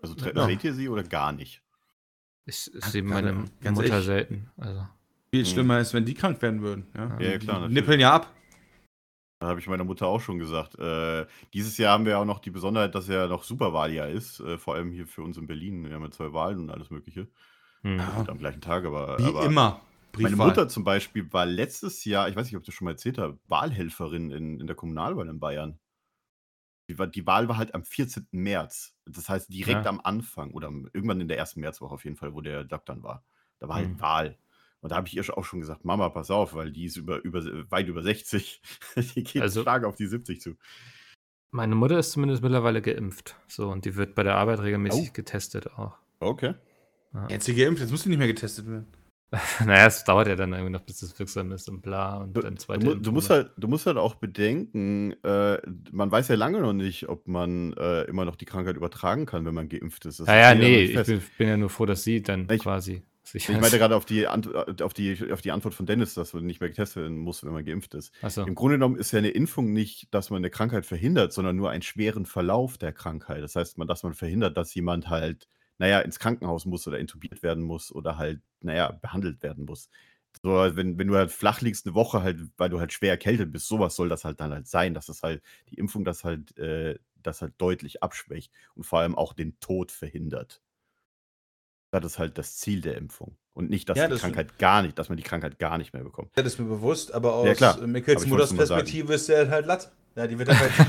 Also seht ihr sie oder gar nicht? Ich sehe meine Mutter selten. Also. Viel schlimmer ist, wenn die krank werden würden. Ja, klar. Die nippeln ja ab. Da habe ich meiner Mutter auch schon gesagt. Dieses Jahr haben wir auch noch die Besonderheit, dass ja noch Superwahljahr ist. Vor allem hier für uns in Berlin. Wir haben ja 2 Wahlen und alles Mögliche. Am gleichen Tag, aber immer. Meine Mutter zum Beispiel war letztes Jahr, ich weiß nicht, ob ich das schon mal erzählt habe, Wahlhelferin in der Kommunalwahl in Bayern. Die Wahl war halt am 14. März. Das heißt, direkt am Anfang oder irgendwann in der ersten Märzwoche auf jeden Fall, wo der Lockdown war. Da war halt Wahl. Und da habe ich ihr auch schon gesagt, Mama, pass auf, weil die ist weit über 60. Die geht stark auf die 70 zu. Meine Mutter ist zumindest mittlerweile geimpft. So, und die wird bei der Arbeit regelmäßig getestet auch. Okay. Ja. Jetzt sie geimpft, jetzt muss sie nicht mehr getestet werden. Naja, es dauert ja dann irgendwie noch, bis es wirksam ist und bla. Und dann du musst halt auch bedenken, man weiß ja lange noch nicht, ob man immer noch die Krankheit übertragen kann, wenn man geimpft ist. Ich bin ja nur froh, dass sie dann quasi. Ich meinte gerade auf die Antwort von Dennis, dass man nicht mehr getestet werden muss, wenn man geimpft ist. So. Im Grunde genommen ist ja eine Impfung nicht, dass man eine Krankheit verhindert, sondern nur einen schweren Verlauf der Krankheit. Das heißt, dass man verhindert, dass jemand halt ins Krankenhaus muss oder intubiert werden muss oder halt, behandelt werden muss. So, wenn du halt flach liegst eine Woche halt, weil du halt schwer erkältet bist, sowas soll das halt dann halt sein, dass es halt die Impfung das halt deutlich abschwächt und vor allem auch den Tod verhindert. Das ist halt das Ziel der Impfung. Und nicht, dass man die Krankheit gar nicht mehr bekommt. Das ist mir bewusst, aber aus Mickels Mutters Perspektive ist der halt Latt. Ja, die wird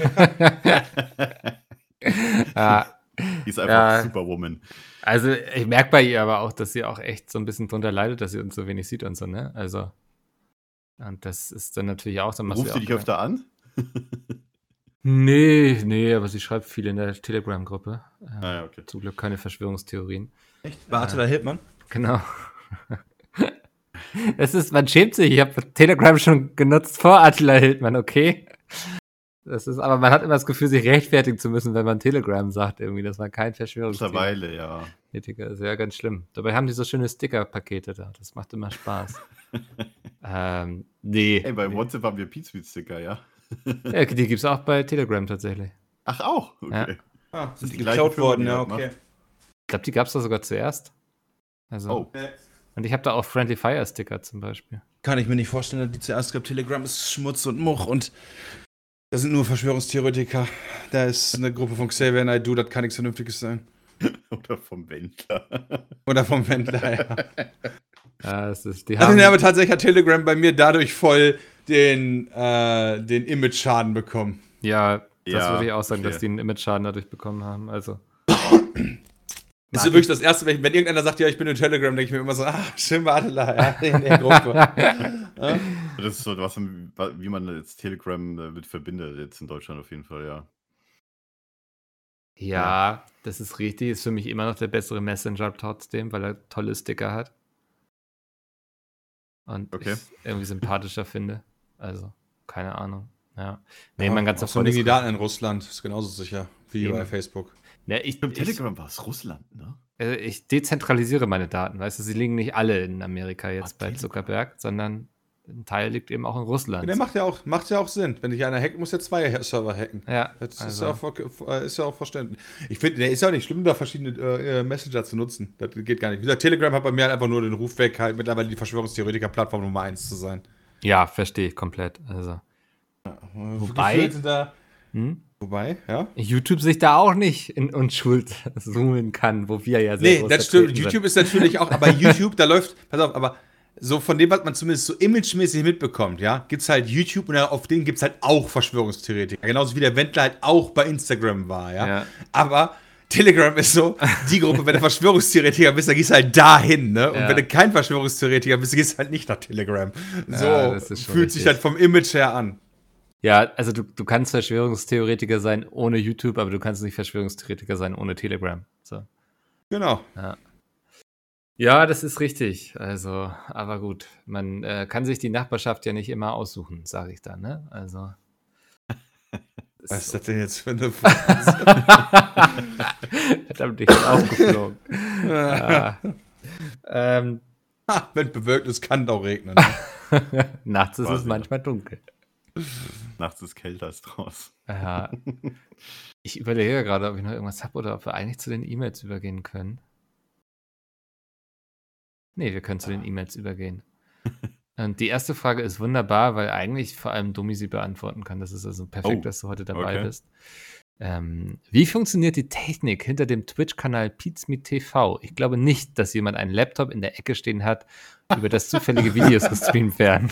halt Die ist einfach Superwoman. Also ich merke bei ihr aber auch, dass sie auch echt so ein bisschen drunter leidet, dass sie uns so wenig sieht und so, ne? Also, und das ist dann natürlich auch so. Ruft sie dich öfter an? Nee, aber sie schreibt viel in der Telegram-Gruppe. Okay. Zum Glück keine Verschwörungstheorien. Echt? Bei Attila Hildmann? Genau. Man schämt sich, ich habe Telegram schon genutzt vor Attila Hildmann, okay? Aber man hat immer das Gefühl, sich rechtfertigen zu müssen, wenn man Telegram sagt, irgendwie, dass man kein Verschwörungstheoretiker Mittlerweile, ja. Ist ja ganz schlimm. Dabei haben die so schöne Sticker-Pakete da. Das macht immer Spaß. Nee. Ey, bei WhatsApp haben wir Pizza-Sticker, ja. Ja, die gibt's auch bei Telegram tatsächlich. Ach, auch? Okay. Ja. Sind die geklaut worden, ja, okay. Ich glaube, die gab's da sogar zuerst. Also. Und ich habe da auch Friendly Fire Sticker zum Beispiel. Kann ich mir nicht vorstellen, dass die zuerst gab. Telegram ist Schmutz und Much und das sind nur Verschwörungstheoretiker. Da ist eine Gruppe von Xavier Naidoo, das kann nichts Vernünftiges sein. Oder vom Wendler. Ja. Ja, aber tatsächlich hat Telegram bei mir dadurch voll den Image-Schaden bekommen. Ja, das würde ich auch sagen, dass die einen Image-Schaden dadurch bekommen haben. Also. Das ist wirklich das Erste, wenn irgendeiner sagt, ja, ich bin in Telegram, denke ich mir immer so, schön war Attila, in der Gruppe. Das ist so was, wie man jetzt Telegram mit verbindet, jetzt in Deutschland auf jeden Fall, ja. Ja, das ist richtig. Ist für mich immer noch der bessere Messenger trotzdem, weil er tolle Sticker hat. Und ich irgendwie sympathischer finde. Also, keine Ahnung. Ja. Nee, mein ganzer Von den Daten in Russland ist genauso sicher wie bei Facebook. Ja, Telegram war es Russland, ne? Also ich dezentralisiere meine Daten, weißt du, sie liegen nicht alle in Amerika jetzt bei Zuckerberg, sondern ein Teil liegt eben auch in Russland. Ja, der macht ja auch Sinn. Wenn dich einer hackt, muss ja 2 Server hacken. Ja. Das ist ja auch verständlich. Ich finde, der ist ja auch nicht schlimm, da verschiedene Messenger zu nutzen. Das geht gar nicht. Wie gesagt, Telegram hat bei mir halt einfach nur den Ruf weg, halt mittlerweile die Verschwörungstheoretiker-Plattform Nummer 1 zu sein. Ja, verstehe ich komplett. Also. Ja, Wobei, ja. YouTube sich da auch nicht in Unschuld zoomen kann, wo wir ja sehr das stimmt. YouTube ist natürlich auch, aber YouTube, da läuft, pass auf, aber so von dem, was man zumindest so imagemäßig mitbekommt, ja, gibt's halt YouTube und auf denen gibt's halt auch Verschwörungstheoretiker. Genauso wie der Wendler halt auch bei Instagram war, ja. Aber Telegram ist so, die Gruppe, wenn du Verschwörungstheoretiker bist, dann gehst du halt dahin, ne? Und wenn du kein Verschwörungstheoretiker bist, gehst du halt nicht nach Telegram. So fühlt sich halt vom Image her an. Ja, also du kannst Verschwörungstheoretiker sein ohne YouTube, aber du kannst nicht Verschwörungstheoretiker sein ohne Telegram. So. Genau. Ja, das ist richtig. Also, aber gut, man kann sich die Nachbarschaft ja nicht immer aussuchen, sage ich dann, ne? Also. Was ist das denn jetzt für eine Frage? Verdammt, ich bin aufgeflogen. Wenn bewölkt ist, kann es auch regnen. Nachts ist es manchmal dunkel. Nachts ist kälter als draußen. Ja. Ich überlege gerade, ob ich noch irgendwas habe oder ob wir eigentlich zu den E-Mails übergehen können. Nee, wir können zu den E-Mails übergehen. Und die erste Frage ist wunderbar, weil eigentlich vor allem Domi sie beantworten kann. Das ist also perfekt, dass du heute dabei bist. Wie funktioniert die Technik hinter dem Twitch-Kanal Pizmeet TV? Ich glaube nicht, dass jemand einen Laptop in der Ecke stehen hat, über das zufällige Videos gestreamt werden.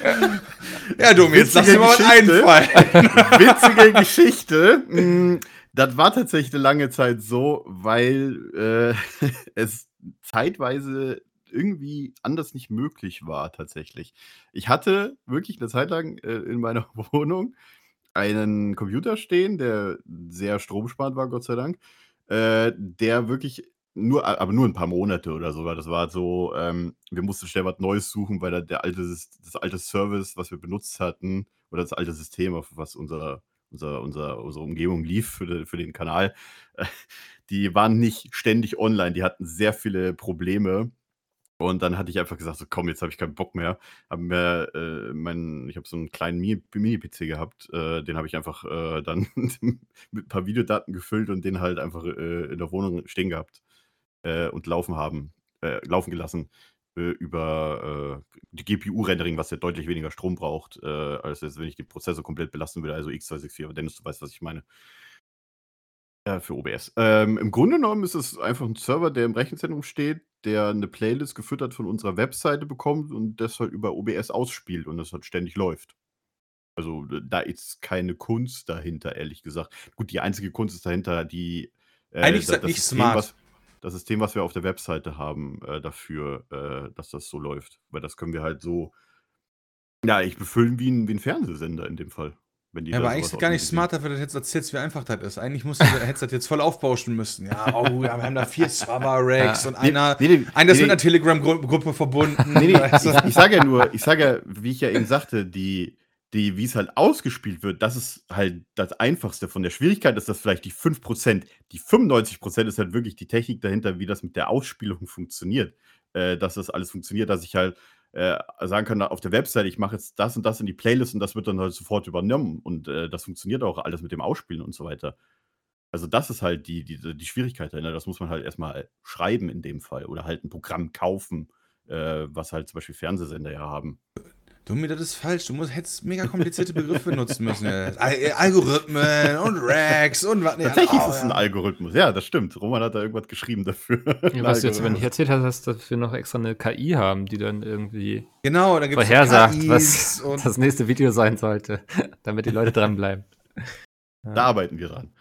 Ja, Domi, jetzt lass dir mal was einfallen. Witzige Geschichte. Das war tatsächlich eine lange Zeit so, weil es zeitweise irgendwie anders nicht möglich war tatsächlich. Ich hatte wirklich eine Zeit lang in meiner Wohnung einen Computer stehen, der sehr stromsparend war, Gott sei Dank, der wirklich aber nur ein paar Monate oder so war. Das war so, wir mussten schnell was Neues suchen, weil das alte Service, was wir benutzt hatten, oder das alte System, auf was unsere Umgebung lief für den Kanal, die waren nicht ständig online, die hatten sehr viele Probleme. Und dann hatte ich einfach gesagt, so komm, jetzt habe ich keinen Bock mehr. Ich habe so einen kleinen Mini-PC gehabt, den habe ich einfach dann mit ein paar Videodaten gefüllt und den halt einfach in der Wohnung stehen gehabt und laufen gelassen über die GPU-Rendering, was ja deutlich weniger Strom braucht, als jetzt, wenn ich den Prozessor komplett belasten würde, also x264, aber Dennis, du weißt, was ich meine. Für OBS. Im Grunde genommen ist es einfach ein Server, der im Rechenzentrum steht, der eine Playlist gefüttert von unserer Webseite bekommt und das halt über OBS ausspielt und das halt ständig läuft. Also, da ist keine Kunst dahinter, ehrlich gesagt. Gut, die einzige Kunst ist dahinter Eigentlich ist das nicht smart. Das System, was wir auf der Webseite haben, dafür, dass das so läuft. Weil das können wir halt so ich befüllen wie ein Fernsehsender in dem Fall. Ja, aber eigentlich ist es gar nicht smart dafür, dass das jetzt wie einfach das ist. Eigentlich hättest du das jetzt voll aufbauschen müssen. Ja, wir haben da 4 Server-Racks und einer ist mit einer Telegram-Gruppe verbunden. Ich sage ja, wie ich ja eben sagte, wie es halt ausgespielt wird, das ist halt das Einfachste. Von der Schwierigkeit ist das vielleicht die 5%. Die 95% ist halt wirklich die Technik dahinter, wie das mit der Ausspielung funktioniert. Dass das alles funktioniert, dass ich halt sagen kann, auf der Website, ich mache jetzt das und das in die Playlist und das wird dann halt sofort übernommen. Und das funktioniert auch alles mit dem Ausspielen und so weiter. Also das ist halt die Schwierigkeit dahinter. Das muss man halt erstmal schreiben in dem Fall oder halt ein Programm kaufen, was halt zum Beispiel Fernsehsender ja haben. Domi, das ist falsch. Du hättest mega komplizierte Begriffe benutzen müssen. Algorithmen und Racks und was. Tatsächlich ist es ein Algorithmus. Ja, das stimmt. Roman hat da irgendwas geschrieben dafür. Ja, was du jetzt aber nicht erzählt hast, dass wir noch extra eine KI haben, die dann irgendwie dann gibt's vorhersagt, was das nächste Video sein sollte, damit die Leute dranbleiben. Da arbeiten wir dran.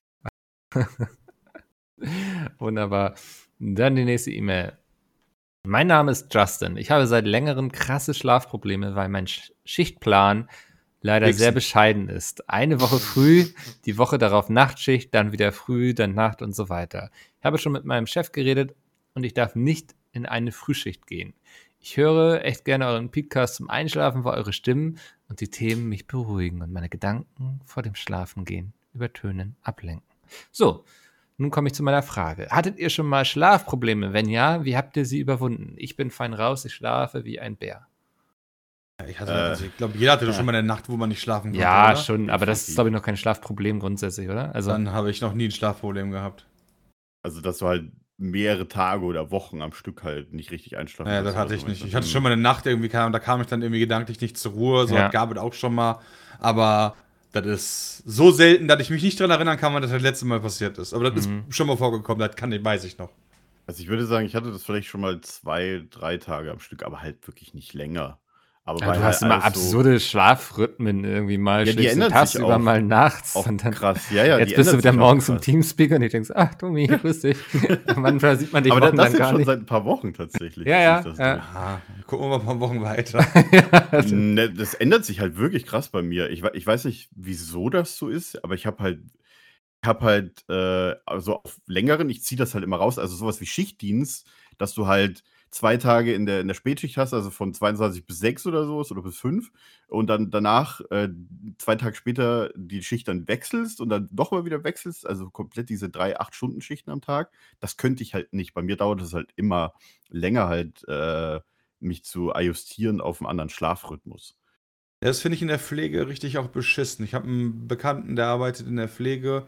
Wunderbar. Dann die nächste E-Mail. Mein Name ist Justin. Ich habe seit längerem krasse Schlafprobleme, weil mein Schichtplan leider sehr bescheiden ist. Eine Woche früh, die Woche darauf Nachtschicht, dann wieder früh, dann Nacht und so weiter. Ich habe schon mit meinem Chef geredet und ich darf nicht in eine Frühschicht gehen. Ich höre echt gerne euren Podcast zum Einschlafen, weil eure Stimmen und die Themen mich beruhigen und meine Gedanken vor dem Schlafengehen übertönen, ablenken. So, nun komme ich zu meiner Frage. Hattet ihr schon mal Schlafprobleme? Wenn ja, wie habt ihr sie überwunden? Ich bin fein raus, ich schlafe wie ein Bär. Ich glaube, jeder hatte doch schon mal eine Nacht, wo man nicht schlafen konnte, ja, oder? Schon, aber das ist, glaube ich, noch kein Schlafproblem grundsätzlich, oder? Also, dann habe ich noch nie ein Schlafproblem gehabt. Also, dass du halt mehrere Tage oder Wochen am Stück halt nicht richtig einschlafen das hatte ich nicht. Ich hatte schon mal eine Nacht irgendwie, da kam ich dann irgendwie gedanklich nicht zur Ruhe. So gab es auch schon mal. Aber das ist so selten, dass ich mich nicht daran erinnern kann, wann das letzte Mal passiert ist. Aber das ist schon mal vorgekommen, weiß ich noch. Also ich würde sagen, ich hatte das vielleicht schon mal 2, 3 Tage am Stück, aber halt wirklich nicht länger. Aber du hast immer absurde Schlafrhythmen irgendwie mal. Ja, die ändern sich über mal nachts. Auch und dann, krass. Ja, jetzt bist du wieder morgens im Teamspeaker und ich denkst, ach Domi, grüß dich. Manchmal sieht man dich aber das gar schon nicht. Seit ein paar Wochen tatsächlich. Ja. Gucken wir mal ein paar Wochen weiter. Das ändert sich halt wirklich krass bei mir. Ich weiß nicht, wieso das so ist, aber ich habe halt also auf längeren, ich ziehe das halt immer raus, also sowas wie Schichtdienst, dass du halt 2 Tage in der Spätschicht hast, also von 22 bis 6 oder so oder bis 5 und dann danach 2 Tage später die Schicht dann wechselst und dann nochmal wieder wechselst, also komplett diese 3 8-Stunden-Schichten am Tag. Das könnte ich halt nicht. Bei mir dauert es halt immer länger halt, mich zu adjustieren auf einen anderen Schlafrhythmus. Das finde ich in der Pflege richtig auch beschissen. Ich habe einen Bekannten, der arbeitet in der Pflege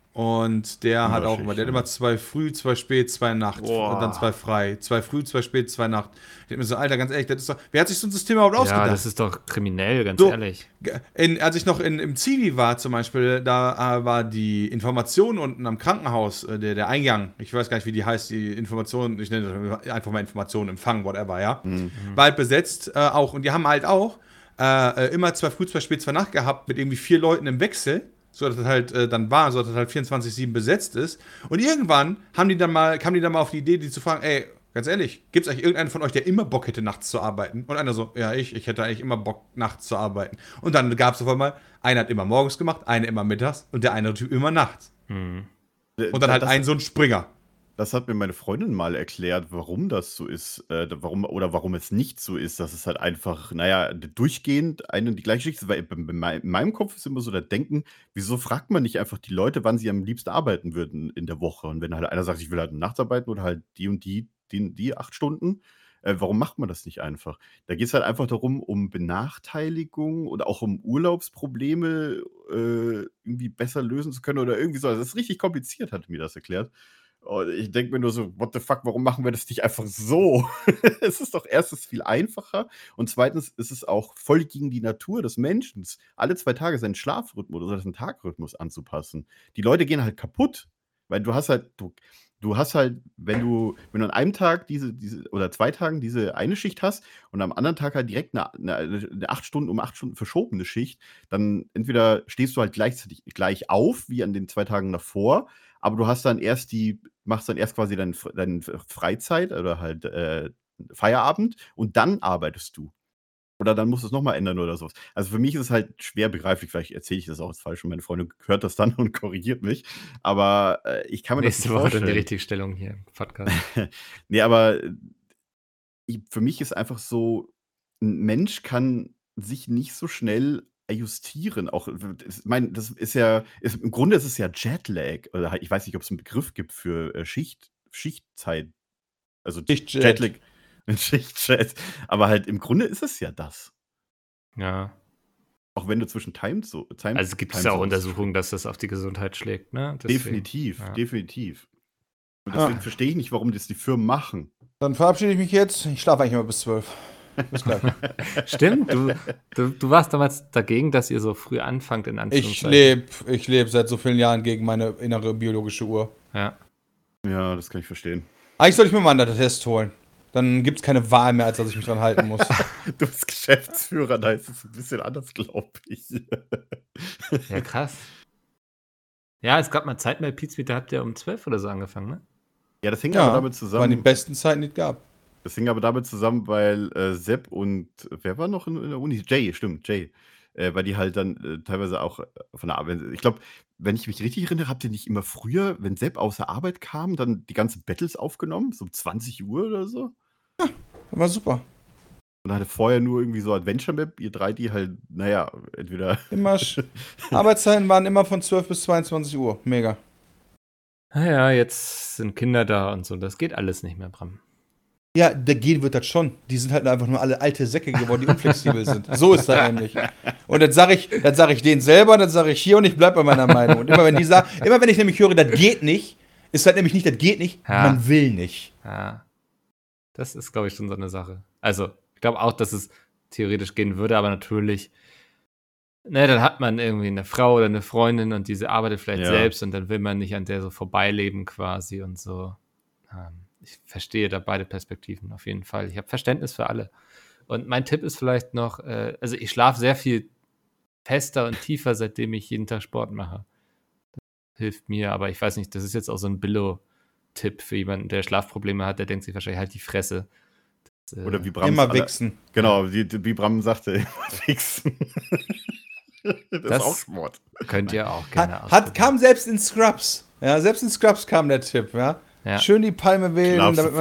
und der hat auch immer, der hat immer 2 früh, 2 spät, 2 Nacht und dann 2 frei. 2 früh, 2 spät, 2 Nacht. Ich denke mir so, Alter, ganz ehrlich, das ist doch, wer hat sich so ein System überhaupt ausgedacht? Ja, das ist doch kriminell, ganz ehrlich. Als ich noch im Zivi war zum Beispiel, da war die Information unten am Krankenhaus, der Eingang, ich weiß gar nicht, wie die heißt, die Information, ich nenne das einfach mal Information, Empfang, whatever, ja. War halt besetzt auch und die haben halt auch immer 2 früh, 2 spät, 2 Nacht gehabt mit irgendwie 4 Leuten im Wechsel. So dass das halt dann war, so dass das halt 24/7 besetzt ist. Und irgendwann kamen die dann mal auf die Idee, die zu fragen, ey, ganz ehrlich, gibt es eigentlich irgendeinen von euch, der immer Bock hätte, nachts zu arbeiten? Und einer so, ja, ich hätte eigentlich immer Bock, nachts zu arbeiten. Und dann gab es auf einmal, einer hat immer morgens gemacht, einer immer mittags und der andere Typ immer nachts. Und dann halt so ein Springer. Das hat mir meine Freundin mal erklärt, warum das so ist, warum es nicht so ist, dass es halt einfach, naja, durchgehend eine und die gleiche Schicht ist. Weil in meinem Kopf ist immer so das Denken, wieso fragt man nicht einfach die Leute, wann sie am liebsten arbeiten würden in der Woche? Und wenn halt einer sagt, ich will halt nachts arbeiten oder halt die und die 8 Stunden, warum macht man das nicht einfach? Da geht es halt einfach darum, um Benachteiligung oder auch um Urlaubsprobleme irgendwie besser lösen zu können oder irgendwie so. Also das ist richtig kompliziert, hat mir das erklärt. Und ich denke mir nur so, what the fuck, warum machen wir das nicht einfach so? Es ist doch erstens viel einfacher und zweitens ist es auch voll gegen die Natur des Menschen, alle 2 Tage seinen Schlafrhythmus oder seinen Tagrhythmus anzupassen. Die Leute gehen halt kaputt, weil du hast halt, wenn du an einem Tag diese oder 2 Tagen diese eine Schicht hast und am anderen Tag halt direkt eine 8 Stunden um 8 Stunden verschobene Schicht, dann entweder stehst du halt gleichzeitig gleich auf wie an den 2 Tagen davor, aber du machst dann erst quasi deine Freizeit oder halt Feierabend und dann arbeitest du. Oder dann musst du es nochmal ändern oder sowas. Also für mich ist es halt schwer begreiflich, vielleicht erzähle ich das auch jetzt falsch und meine Freundin hört das dann und korrigiert mich. Aber ich kann mir das nicht vorstellen. Nächste Woche dann die Richtigstellung hier im Podcast. Nee, aber für mich ist einfach so, ein Mensch kann sich nicht so schnell justieren. Auch, ich meine, im Grunde ist es ja Jetlag. Oder halt, ich weiß nicht, ob es einen Begriff gibt für Schichtzeit. Also Jetlag. Schichtjet. Aber halt im Grunde ist es ja das. Ja. Auch wenn du zwischen also gibt es ja auch Untersuchungen, dass das auf die Gesundheit schlägt, ne? Deswegen, definitiv. Und deswegen verstehe ich nicht, warum das die Firmen machen. Dann verabschiede ich mich jetzt. Ich schlafe eigentlich immer bis 12. Bis gleich. Stimmt, du warst damals dagegen, dass ihr so früh anfangt, in Anführungszeichen. Ich lebe seit so vielen Jahren gegen meine innere biologische Uhr. Ja. Ja, das kann ich verstehen. Eigentlich soll ich mir mal einen Test holen. Dann gibt es keine Wahl mehr, als dass ich mich dran halten muss. Du bist Geschäftsführer, da ist es ein bisschen anders, glaube ich. Ja, krass. Ja, es gab mal Zeit bei Pizza, da habt ihr um 12 oder so angefangen, ne? Ja, das hing aber damit zusammen. Das waren die besten Zeiten, die es gab. Das hing aber damit zusammen, weil Sepp und wer war noch in der Uni? Jay, weil die halt dann teilweise auch von der Arbeit. Ich glaube, wenn ich mich richtig erinnere, habt ihr nicht immer früher, wenn Sepp aus der Arbeit kam, dann die ganzen Battles aufgenommen? So um 20 Uhr oder so? Ja, war super. Und hatte vorher nur irgendwie so Adventure Map, ihr 3, die halt, naja, entweder. Immer Arbeitszeiten waren immer von 12 bis 22 Uhr. Mega. Naja, jetzt sind Kinder da und so. Das geht alles nicht mehr, Bram. Ja, gehen wird das schon. Die sind halt einfach nur alle alte Säcke geworden, die unflexibel sind. So ist das nämlich. Und dann sag ich denen selber, dann sage ich hier und ich bleib bei meiner Meinung. Und immer wenn ich nämlich höre, das geht nicht, ist halt nämlich nicht, das geht nicht, man will nicht. Ja. Das ist, glaube ich, schon so eine Sache. Also, ich glaube auch, dass es theoretisch gehen würde, aber natürlich, dann hat man irgendwie eine Frau oder eine Freundin und diese arbeitet vielleicht selbst und dann will man nicht an der so vorbeileben quasi und so. Ich verstehe da beide Perspektiven auf jeden Fall. Ich habe Verständnis für alle. Und mein Tipp ist vielleicht noch, also ich schlafe sehr viel fester und tiefer, seitdem ich jeden Tag Sport mache. Das hilft mir, aber ich weiß nicht, das ist jetzt auch so ein Billo-Tipp für jemanden, der Schlafprobleme hat, der denkt sich wahrscheinlich halt die Fresse. Das, oder wie Bram immer wichsen. Genau, wie Bram sagte, immer wichsen. Das ist auch Sport. Könnt ihr auch gerne kam selbst in Scrubs. Ja, selbst in Scrubs kam der Tipp, ja. Ja. Schön die Palme wählen, damit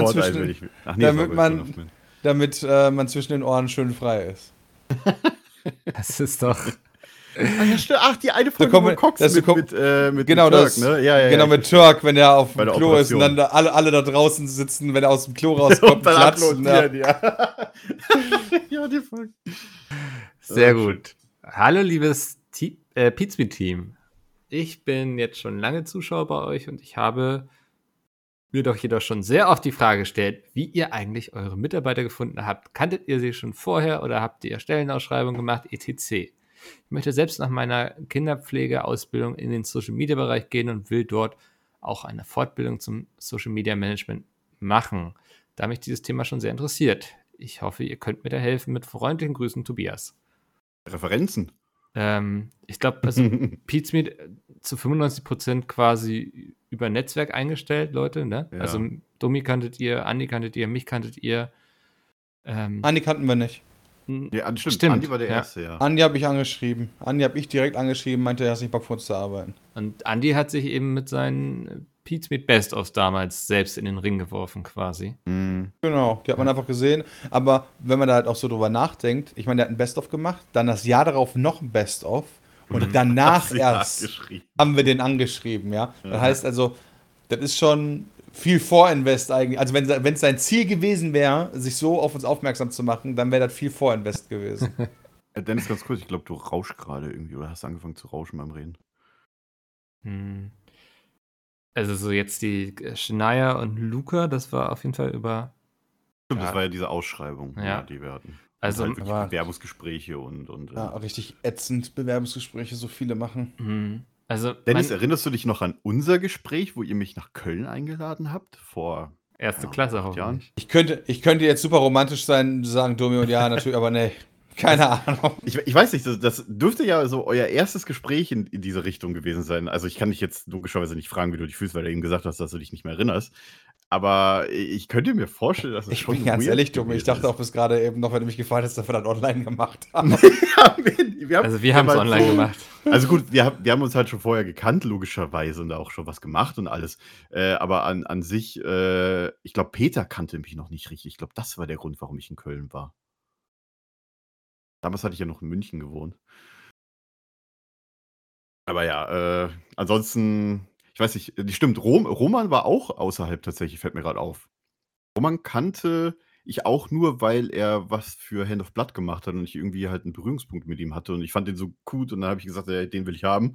man zwischen den Ohren schön frei ist. Das ist doch. Die eine Folge mit Cox mit genau Turk, das, ne? Ja, genau, mit Turk, wenn er auf dem Klo ist und dann alle da draußen sitzen, wenn er aus dem Klo rauskommt, klatschen. Ja, ja, die Folge. Sehr gut. Hallo, liebes Pizmeet-Team. Ich bin jetzt schon lange Zuschauer bei euch und ich habe mir doch jedoch schon sehr oft die Frage gestellt, wie ihr eigentlich eure Mitarbeiter gefunden habt. Kanntet ihr sie schon vorher oder habt ihr Stellenausschreibungen gemacht, etc.? Ich möchte selbst nach meiner Kinderpflegeausbildung in den Social-Media-Bereich gehen und will dort auch eine Fortbildung zum Social-Media-Management machen, da mich dieses Thema schon sehr interessiert. Ich hoffe, ihr könnt mir da helfen. Mit freundlichen Grüßen, Tobias. Referenzen? Ich glaube, also Pizmeet zu 95% quasi über Netzwerk eingestellt, Leute, ne? Ja. Also Domi kanntet ihr, Andi kanntet ihr, mich kanntet ihr. Andi kannten wir nicht. Ja, stimmt. Andi war der Erste, ja. Andi habe ich angeschrieben. Andi habe ich direkt angeschrieben, meinte, er ist nicht Bock für uns zu arbeiten. Und Andi hat sich eben mit seinen Pizmeet Best-ofs damals selbst in den Ring geworfen, quasi. Genau, die hat man einfach gesehen. Aber wenn man da halt auch so drüber nachdenkt, ich meine, der hat ein Best-of gemacht, dann das Jahr darauf noch ein Best-of und danach erst haben wir den angeschrieben, ja. Das heißt also, das ist schon viel Vorinvest eigentlich. Also wenn es sein Ziel gewesen wäre, sich so auf uns aufmerksam zu machen, dann wäre das viel Vorinvest gewesen. Dennis, ganz kurz, ich glaube, du rauschst gerade irgendwie oder hast angefangen zu rauschen beim Reden. Also so jetzt die Shania und Luca, das war auf jeden Fall über... Stimmt, das war ja diese Ausschreibung, die wir hatten. Also und halt wirklich Bewerbungsgespräche und ja, richtig ätzend Bewerbungsgespräche, so viele machen. Also Dennis, erinnerst du dich noch an unser Gespräch, wo ihr mich nach Köln eingeladen habt? Vor erste Klasse Jahren. Ich könnte jetzt super romantisch sein, sagen Domi und ja, natürlich, aber nee. Keine Ahnung. Ich weiß nicht, das dürfte ja so euer erstes Gespräch in diese Richtung gewesen sein. Also ich kann dich jetzt logischerweise nicht fragen, wie du dich fühlst, weil du eben gesagt hast, dass du dich nicht mehr erinnerst. Aber ich könnte mir vorstellen, dass es ich schon bin ganz ehrlich, Domi, ich dachte auch bis gerade eben noch, wenn du mich gefragt hast, dass wir das online gemacht haben. wir haben es online gemacht. Also gut, wir haben uns halt schon vorher gekannt, logischerweise, und auch schon was gemacht und alles. Aber an sich, ich glaube, Peter kannte mich noch nicht richtig. Ich glaube, das war der Grund, warum ich in Köln war. Damals hatte ich ja noch in München gewohnt. Aber ja, ansonsten, ich weiß nicht, stimmt, Roman war auch außerhalb tatsächlich, fällt mir gerade auf. Roman kannte ich auch nur, weil er was für Hand of Blood gemacht hat und ich irgendwie halt einen Berührungspunkt mit ihm hatte und ich fand den so gut und dann habe ich gesagt, den will ich haben.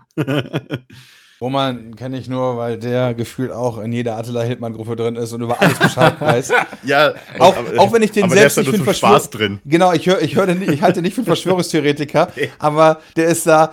Roman kenne ich nur, weil der gefühlt auch in jeder Attila-Hildmann-Gruppe drin ist und über alles Bescheid weiß. Ja, auch wenn ich den aber selbst nicht für einen Spaß drin. Genau, ich halte nicht für einen Verschwörungstheoretiker, aber der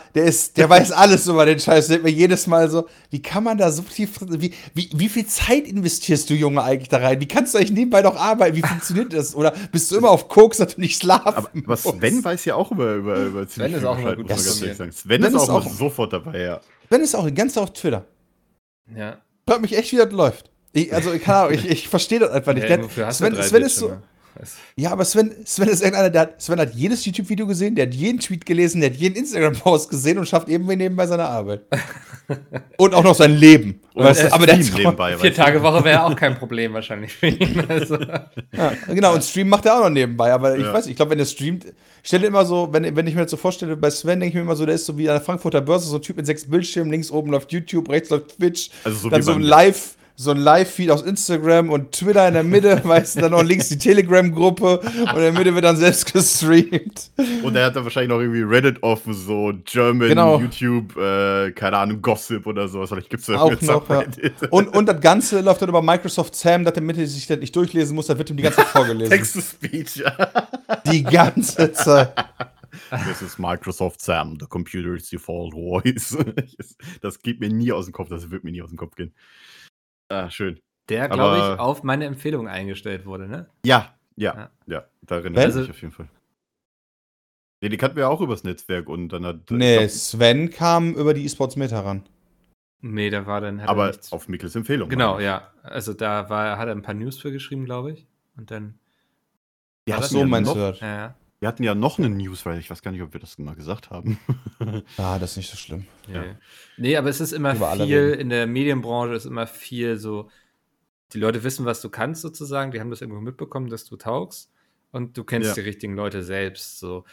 weiß alles über den Scheiß. Der denkt mir jedes Mal so, wie kann man da so tief, wie viel Zeit investierst du, Junge, eigentlich da rein? Wie kannst du eigentlich nebenbei noch arbeiten? Wie funktioniert das? Oder bist du immer auf Koks, dass du nicht schlafen aber Sven weiß ja auch über Sven ist auch immer gut. Sven ist auch sofort dabei, ja. Sven ist auch ganz auf Twitter. Ja. Fragt mich echt, wie das läuft. Ich verstehe das einfach nicht. Sven ist so. Ja, aber Sven ist irgendeiner, Sven hat jedes YouTube-Video gesehen, der hat jeden Tweet gelesen, der hat jeden Instagram-Post gesehen und schafft irgendwie nebenbei seine Arbeit. Und auch noch sein Leben. Aber der nebenbei, 4 Tage Woche wäre auch kein Problem wahrscheinlich für ihn. Also. Ja, genau, und Stream macht er auch noch nebenbei. Aber ich glaube, wenn er streamt, ich stelle immer so, wenn ich mir das so vorstelle, bei Sven denke ich mir immer so, der ist so wie an der Frankfurter Börse, so ein Typ mit 6 Bildschirmen, links oben läuft YouTube, rechts läuft Twitch, also dann so ein Live-Feed aus Instagram und Twitter in der Mitte, weißt du, dann noch links die Telegram-Gruppe und in der Mitte wird dann selbst gestreamt. Und er hat dann wahrscheinlich noch irgendwie Reddit offen, so German, YouTube, keine Ahnung, Gossip oder sowas. Vielleicht gibt es ja auch noch, ja. Und das Ganze läuft dann über Microsoft Sam, dass der Mitte sich das nicht durchlesen muss, da wird ihm die ganze Zeit vorgelesen. Text-to-Speech, ja. Die ganze Zeit. This is Microsoft Sam, the computer's default voice. Das geht mir nie aus dem Kopf, das wird mir nie aus dem Kopf gehen. Ah, schön. Der, glaube ich, auf meine Empfehlung eingestellt wurde, ne? Ja, da erinnere ich mich auf jeden Fall. Nee, die kannten wir auch übers Netzwerk und dann hat... Nee, Sven kam über die E-Sports Meta ran. Nee, da war dann... Aber auf Mikkels Empfehlung. Genau, ja. Also da hat er ein paar News für geschrieben, glaube ich. Und dann... Ach so, meinst du das? Ja. Wir hatten ja noch eine News, weil ich weiß gar nicht, ob wir das mal gesagt haben. Das ist nicht so schlimm. Ja. Nee, aber es ist immer viel, in der Medienbranche ist immer viel so, die Leute wissen, was du kannst sozusagen, die haben das irgendwo mitbekommen, dass du taugst und du kennst die richtigen Leute selbst. So.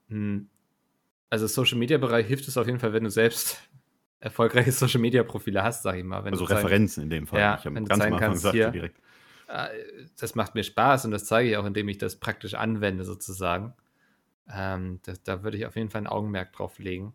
Also Social-Media-Bereich hilft es auf jeden Fall, wenn du selbst erfolgreiche Social-Media-Profile hast, sag ich mal. Wenn also du Referenzen in dem Fall. Ja, ich habe wenn du ganz am zeigen Anfang kannst, gesagt, hier, direkt. Das macht mir Spaß und das zeige ich auch, indem ich das praktisch anwende sozusagen. Da würde ich auf jeden Fall ein Augenmerk drauf legen.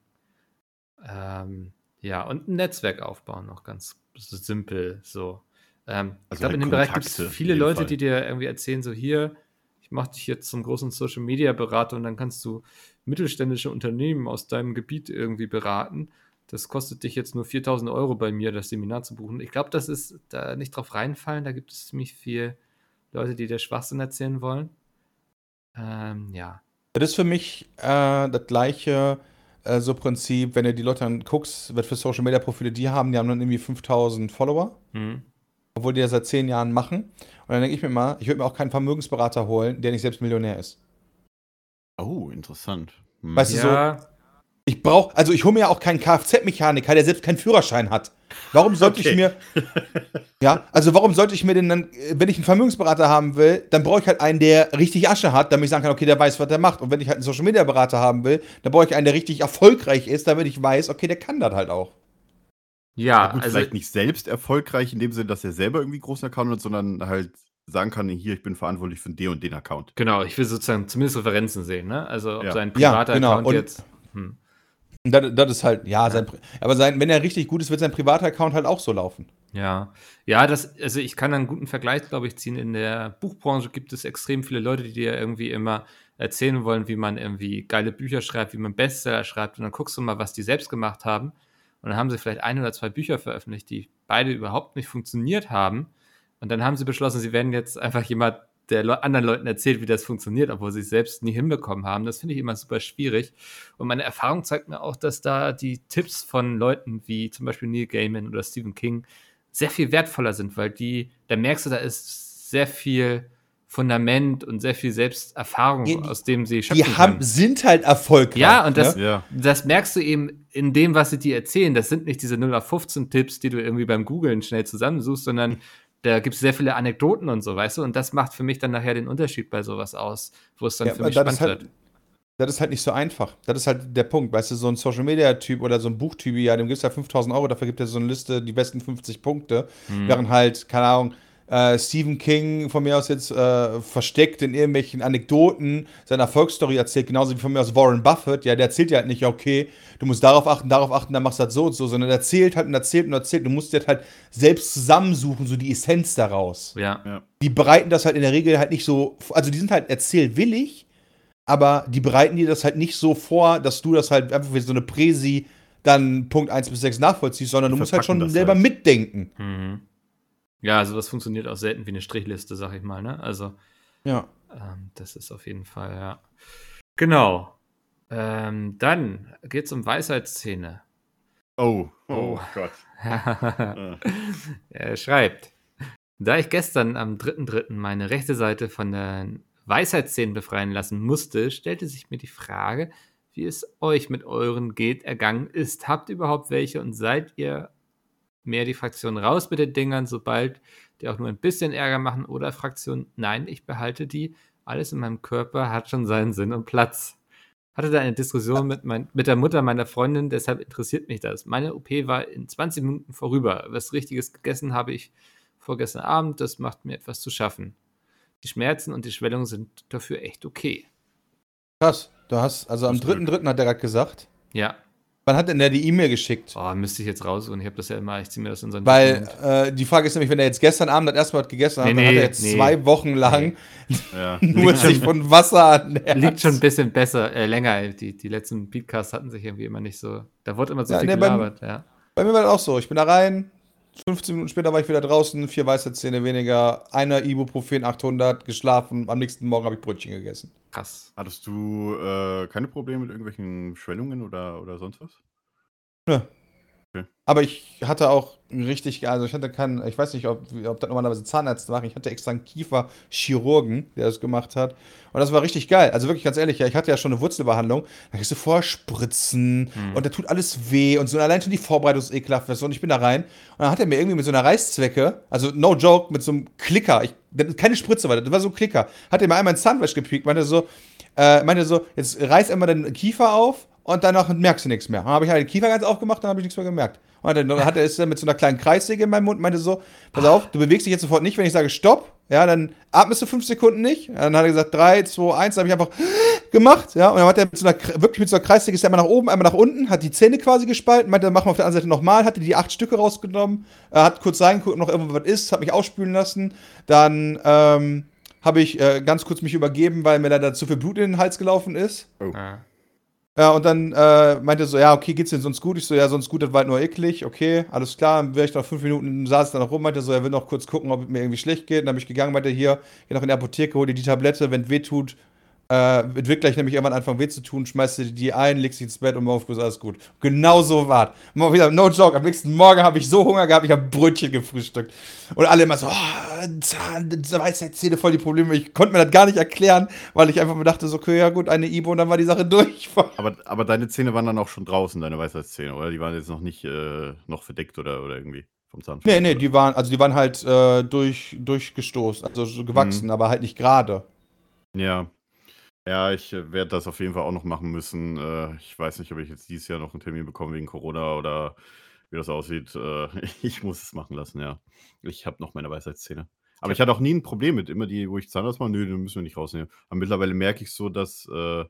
Ja, und ein Netzwerk aufbauen, auch ganz simpel so. Ich glaube, in dem Bereich gibt es viele Leute, die dir irgendwie erzählen, so hier, ich mache dich jetzt zum großen Social-Media-Berater und dann kannst du mittelständische Unternehmen aus deinem Gebiet irgendwie beraten. Das kostet dich jetzt nur 4.000 € bei mir, das Seminar zu buchen. Ich glaube, das ist da nicht drauf reinfallen. Da gibt es ziemlich viele Leute, die dir Schwachsinn erzählen wollen. Ja. Das ist für mich das gleiche so Prinzip, wenn du die Leute dann guckst, was für Social-Media-Profile die haben dann irgendwie 5.000 Follower. Obwohl die das seit 10 Jahren machen. Und dann denke ich mir mal, ich würde mir auch keinen Vermögensberater holen, der nicht selbst Millionär ist. Oh, interessant. Weißt du so, ich hole mir ja auch keinen Kfz-Mechaniker, der selbst keinen Führerschein hat. Warum sollte ich mir, warum sollte ich mir denn dann, wenn ich einen Vermögensberater haben will, dann brauche ich halt einen, der richtig Asche hat, damit ich sagen kann, okay, der weiß, was der macht. Und wenn ich halt einen Social-Media-Berater haben will, dann brauche ich einen, der richtig erfolgreich ist, damit ich weiß, okay, der kann das halt auch. Ja, gut, also vielleicht nicht selbst erfolgreich in dem Sinne, dass er selber irgendwie großen Account hat, sondern halt sagen kann, hier, ich bin verantwortlich für den und den Account. Genau, ich will sozusagen zumindest Referenzen sehen, ne? Also ob sein privater Account und jetzt... Das ist halt, wenn er richtig gut ist, wird sein privater Account halt auch so laufen. Ja, also ich kann einen guten Vergleich, glaube ich, ziehen. In der Buchbranche gibt es extrem viele Leute, die dir irgendwie immer erzählen wollen, wie man irgendwie geile Bücher schreibt, wie man Bestseller schreibt. Und dann guckst du mal, was die selbst gemacht haben. Und dann haben sie vielleicht 1 oder 2 Bücher veröffentlicht, die beide überhaupt nicht funktioniert haben. Und dann haben sie beschlossen, sie werden jetzt einfach jemand, der anderen Leuten erzählt, wie das funktioniert, obwohl sie es selbst nie hinbekommen haben. Das finde ich immer super schwierig. Und meine Erfahrung zeigt mir auch, dass da die Tipps von Leuten wie zum Beispiel Neil Gaiman oder Stephen King sehr viel wertvoller sind, weil da merkst du, da ist sehr viel Fundament und sehr viel Selbsterfahrung, aus dem sie schöpfen können. Sind halt erfolgreich. Ja, und das merkst du eben in dem, was sie dir erzählen. Das sind nicht diese 0815-Tipps, die du irgendwie beim Googlen schnell zusammensuchst, sondern da gibt es sehr viele Anekdoten und so, weißt du? Und das macht für mich dann nachher den Unterschied bei sowas aus, wo es dann für mich spannend wird. Das ist halt nicht so einfach. Das ist halt der Punkt. Weißt du, so ein Social-Media-Typ oder so ein Buchtyp, ja, dem gibst du ja 5.000 €, dafür gibt er so eine Liste, die besten 50 Punkte. Während halt, keine Ahnung, Stephen King von mir aus jetzt versteckt in irgendwelchen Anekdoten seine Erfolgsstory erzählt, genauso wie von mir aus Warren Buffett. Ja, der erzählt ja halt nicht, okay, du musst darauf achten, dann machst du das so und so, sondern er erzählt halt und erzählt und erzählt. Du musst dir halt selbst zusammensuchen, so die Essenz daraus. Ja. Die bereiten das halt in der Regel halt nicht so, also die sind halt erzählwillig, aber die bereiten dir das halt nicht so vor, dass du das halt einfach wie so eine Präsi dann Punkt 1 bis 6 nachvollziehst, sondern du musst halt schon selber mitdenken. Ja, also das funktioniert auch selten wie eine Strichliste, sag ich mal, ne? Also, das ist auf jeden Fall, ja. Genau. Dann geht's um Weisheitszähne. Oh Gott. Er schreibt, da ich gestern am 3.3. meine rechte Seite von den Weisheitszähnen befreien lassen musste, stellte sich mir die Frage, wie es euch mit euren ergangen ist. Habt ihr überhaupt welche und seid ihr mehr die Fraktion raus mit den Dingern, sobald die auch nur ein bisschen Ärger machen, oder Fraktion nein, ich behalte die, alles in meinem Körper hat schon seinen Sinn und Platz. Hatte da eine Diskussion mit der Mutter meiner Freundin, deshalb interessiert mich das. Meine OP war in 20 Minuten vorüber. Was Richtiges gegessen habe ich vorgestern Abend, das macht mir etwas zu schaffen. Die Schmerzen und die Schwellung sind dafür echt okay. Krass, du hast, also am 3.3. hat der gerade gesagt. Ja. Wann hat denn der die E-Mail geschickt? Müsste ich jetzt raus und ich habe das ja immer, ich ziehe mir das in so ein Weil die Frage ist nämlich, wenn er jetzt gestern Abend das erste Mal gegessen hat, dann hat er jetzt 2 Wochen lang nur sich von Wasser ernährt. Liegt schon ein bisschen besser, länger. Die letzten Beatcasts hatten sich irgendwie immer nicht so, da wurde immer so viel gelabert. Bei mir war das auch so, ich bin da rein, 15 Minuten später war ich wieder draußen, 4 Weisheitszähne weniger, einer Ibuprofen 800, geschlafen, am nächsten Morgen habe ich Brötchen gegessen. Krass. Hattest du keine Probleme mit irgendwelchen Schwellungen oder sonst was? Nö. Okay. Aber ich hatte auch richtig, also ich weiß nicht, ob das normalerweise Zahnärzte machen, ich hatte extra einen Kieferchirurgen, der das gemacht hat. Und das war richtig geil. Also wirklich ganz ehrlich, ich hatte ja schon eine Wurzelbehandlung, da kriegst du vorher Spritzen und da tut alles weh und so. Und allein schon die Vorbereitung ist ekelhaft. Und ich bin da rein und dann hat er mir irgendwie mit so einer Reißzwecke, also no joke, mit so einem Klicker, keine Spritze war das war so ein Klicker, hat er mir einmal ins Zahnfleisch gepiekt, meinte so, jetzt reiß einmal den Kiefer auf und danach merkst du nichts mehr. Dann habe ich halt den Kiefer ganz aufgemacht, dann habe ich nichts mehr gemerkt. Und dann ist er mit so einer kleinen Kreissäge in meinem Mund, meinte so, pass auf, du bewegst dich jetzt sofort nicht, wenn ich sage Stopp, ja, dann atmest du 5 Sekunden nicht. Dann hat er gesagt 3, 2, 1, dann habe ich einfach gemacht, ja, und dann hat er wirklich mit so einer Kreissäge ist er einmal nach oben, einmal nach unten, hat die Zähne quasi gespalten, meinte, dann machen wir auf der anderen Seite nochmal, hatte die 8 Stücke rausgenommen, hat kurz reingeguckt, ob noch irgendwo was ist, hat mich ausspülen lassen, dann habe ich ganz kurz mich übergeben, weil mir leider zu viel Blut in den Hals gelaufen ist. Oh. Ja, und dann meinte er so, ja, okay, geht's denn sonst gut? Ich so, ja, sonst gut, das war halt nur eklig, okay, alles klar. Dann wäre ich nach 5 Minuten, saß dann noch rum, meinte so, er will noch kurz gucken, ob es mir irgendwie schlecht geht. Dann bin ich gegangen, meinte hier, geh noch in die Apotheke, hol dir die Tablette, wenn es weh tut. Es wird gleich nämlich irgendwann anfangen weh zu tun, schmeißt dir die ein, legst dich ins Bett und morgen früh ist alles gut. Genau so war's. Mal wieder, no joke, am nächsten Morgen habe ich so Hunger gehabt, ich habe Brötchen gefrühstückt. Und alle immer so, Weisheitszähne voll die Probleme. Ich konnte mir das gar nicht erklären, weil ich einfach mir dachte, so, okay, ja gut, eine Ibo und dann war die Sache durch. Aber deine Zähne waren dann auch schon draußen, deine Weisheitszähne, oder? Die waren jetzt noch nicht noch verdeckt oder irgendwie vom Zahnfleisch? Nee, die waren halt durchgestoßen, also gewachsen, aber halt nicht gerade. Ja. Ja, ich werde das auf jeden Fall auch noch machen müssen. Ich weiß nicht, ob ich jetzt dieses Jahr noch einen Termin bekomme wegen Corona oder wie das aussieht. Ich muss es machen lassen, ja. Ich habe noch meine Weisheitszähne. Aber ich hatte auch nie ein Problem mit. Immer die, wo ich Zahnarzt mache, nö, den müssen wir nicht rausnehmen. Aber mittlerweile merke ich so, dass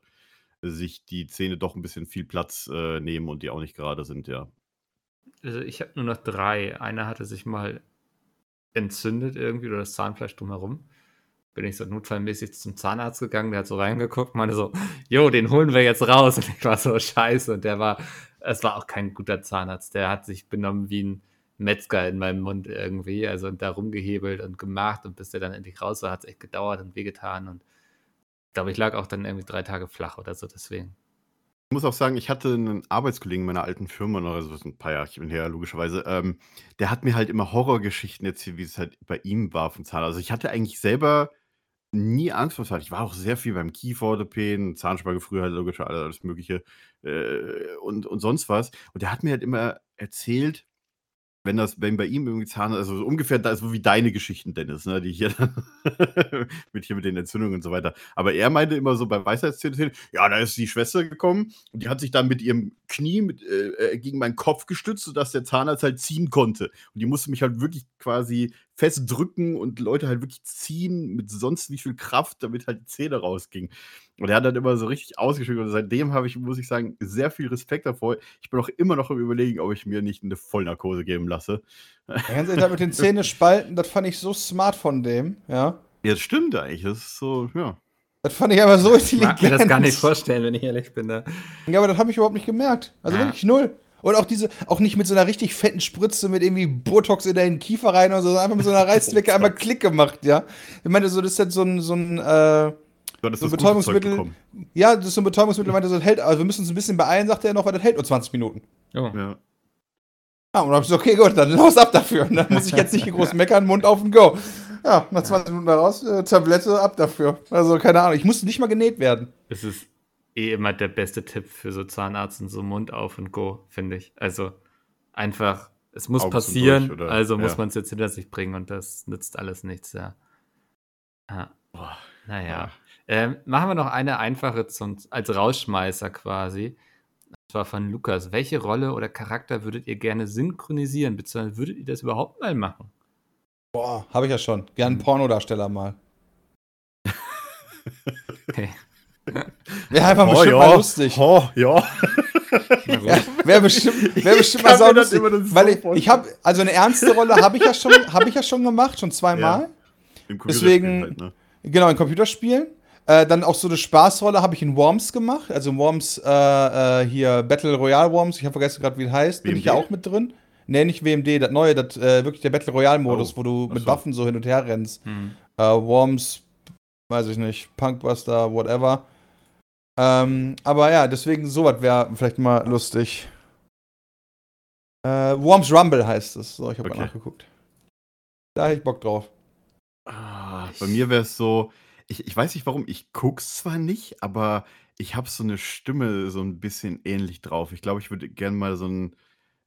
sich die Zähne doch ein bisschen viel Platz nehmen und die auch nicht gerade sind, ja. Also ich habe nur noch 3. Einer hatte sich mal entzündet irgendwie oder das Zahnfleisch drumherum. Bin ich so notfallmäßig zum Zahnarzt gegangen, der hat so reingeguckt, meinte so, jo, den holen wir jetzt raus. Und ich war so, scheiße. Und es war auch kein guter Zahnarzt. Der hat sich benommen wie ein Metzger in meinem Mund irgendwie. Also und da rumgehebelt und gemacht. Und bis der dann endlich raus war, hat es echt gedauert und wehgetan. Und ich glaube, ich lag auch dann irgendwie 3 Tage flach oder so, deswegen. Ich muss auch sagen, ich hatte einen Arbeitskollegen meiner alten Firma noch, also das ist ein paar Jahre her, logischerweise, der hat mir halt immer Horrorgeschichten erzählt, wie es halt bei ihm war vom Zahnarzt. Also ich hatte eigentlich selber nie Angst vor Zahn. Ich war auch sehr viel beim Kieferorthopäden, Zahnspange früher halt logisch, alles Mögliche und sonst was. Und der hat mir halt immer erzählt, wenn bei ihm irgendwie Zahn, also so ungefähr da so wie deine Geschichten, Dennis, ne, die hier dann mit den Entzündungen und so weiter. Aber er meinte immer so bei Weisheitszähnen, ja, da ist die Schwester gekommen und die hat sich dann mit ihrem Knie gegen meinen Kopf gestützt, sodass der Zahnarzt halt ziehen konnte. Und die musste mich halt wirklich quasi festdrücken und Leute halt wirklich ziehen mit sonst wie viel Kraft, damit halt die Zähne rausgingen. Und er hat dann immer so richtig ausgeschickt und seitdem habe ich, muss ich sagen, sehr viel Respekt davor. Ich bin auch immer noch im Überlegen, ob ich mir nicht eine Vollnarkose geben lasse. Ja, ganz ehrlich, mit den Zähne spalten, das fand ich so smart von dem, ja. Ja, das stimmt eigentlich, das ist so, ja. Das fand ich aber so intelligent. Ich mag mir das gar nicht vorstellen, wenn ich ehrlich bin. Da. Ja, aber das habe ich überhaupt nicht gemerkt. Also wirklich 0. Und auch nicht mit so einer richtig fetten Spritze mit irgendwie Botox in den Kiefer rein oder so, sondern einfach mit so einer Reißzwecke einmal Klick gemacht, ja. Ich meine, so, das ist halt so ein Betäubungsmittel. Ja, das ist so ein Betäubungsmittel, meinte so, das hält, also wir müssen uns ein bisschen beeilen, sagt er noch, weil das hält nur 20 Minuten. Oh. Ja. Ja, und dann hab ich so, okay, gut, dann los ab dafür. Und dann muss ich jetzt nicht groß meckern, Mund auf und go. Ja, nach 20 Minuten da raus, Tablette ab dafür. Also, keine Ahnung, ich musste nicht mal genäht werden. Es ist immer der beste Tipp für so Zahnarzt und so Mund auf und go, finde ich. Also einfach, es muss Augen passieren, durch, also muss man es jetzt hinter sich bringen und das nützt alles nichts, ja. Naja. Machen wir noch eine einfache als Rausschmeißer quasi. Das war von Lukas. Welche Rolle oder Charakter würdet ihr gerne synchronisieren, beziehungsweise würdet ihr das überhaupt mal machen? Boah, habe ich ja schon. Gern einen Pornodarsteller mal. Okay. Wäre einfach bestimmt mal lustig. Ja. Wäre bestimmt mal sau lustig. Weil ich habe, also eine ernste Rolle habe ich ja schon gemacht, schon 2 Mal. Ja. Im Deswegen, halt, ne? Genau, in Computerspielen. Dann auch so eine Spaßrolle habe ich in Worms gemacht. Also in Worms, hier Battle Royale Worms. Ich habe vergessen gerade, wie es heißt. Bin ich ja auch mit drin. Nee, nicht WMD, das neue, das wirklich der Battle Royale Modus, wo du mit Waffen so hin und her rennst. Worms, weiß ich nicht, Punkbuster, whatever. Aber ja, deswegen sowas wäre vielleicht mal lustig. Worms Rumble heißt es. So, ich habe nachgeguckt. Da hätte ich Bock drauf. Bei mir wäre es so, ich weiß nicht warum, ich guck's zwar nicht, aber ich habe so eine Stimme so ein bisschen ähnlich drauf. Ich glaube, ich würde gerne mal so ein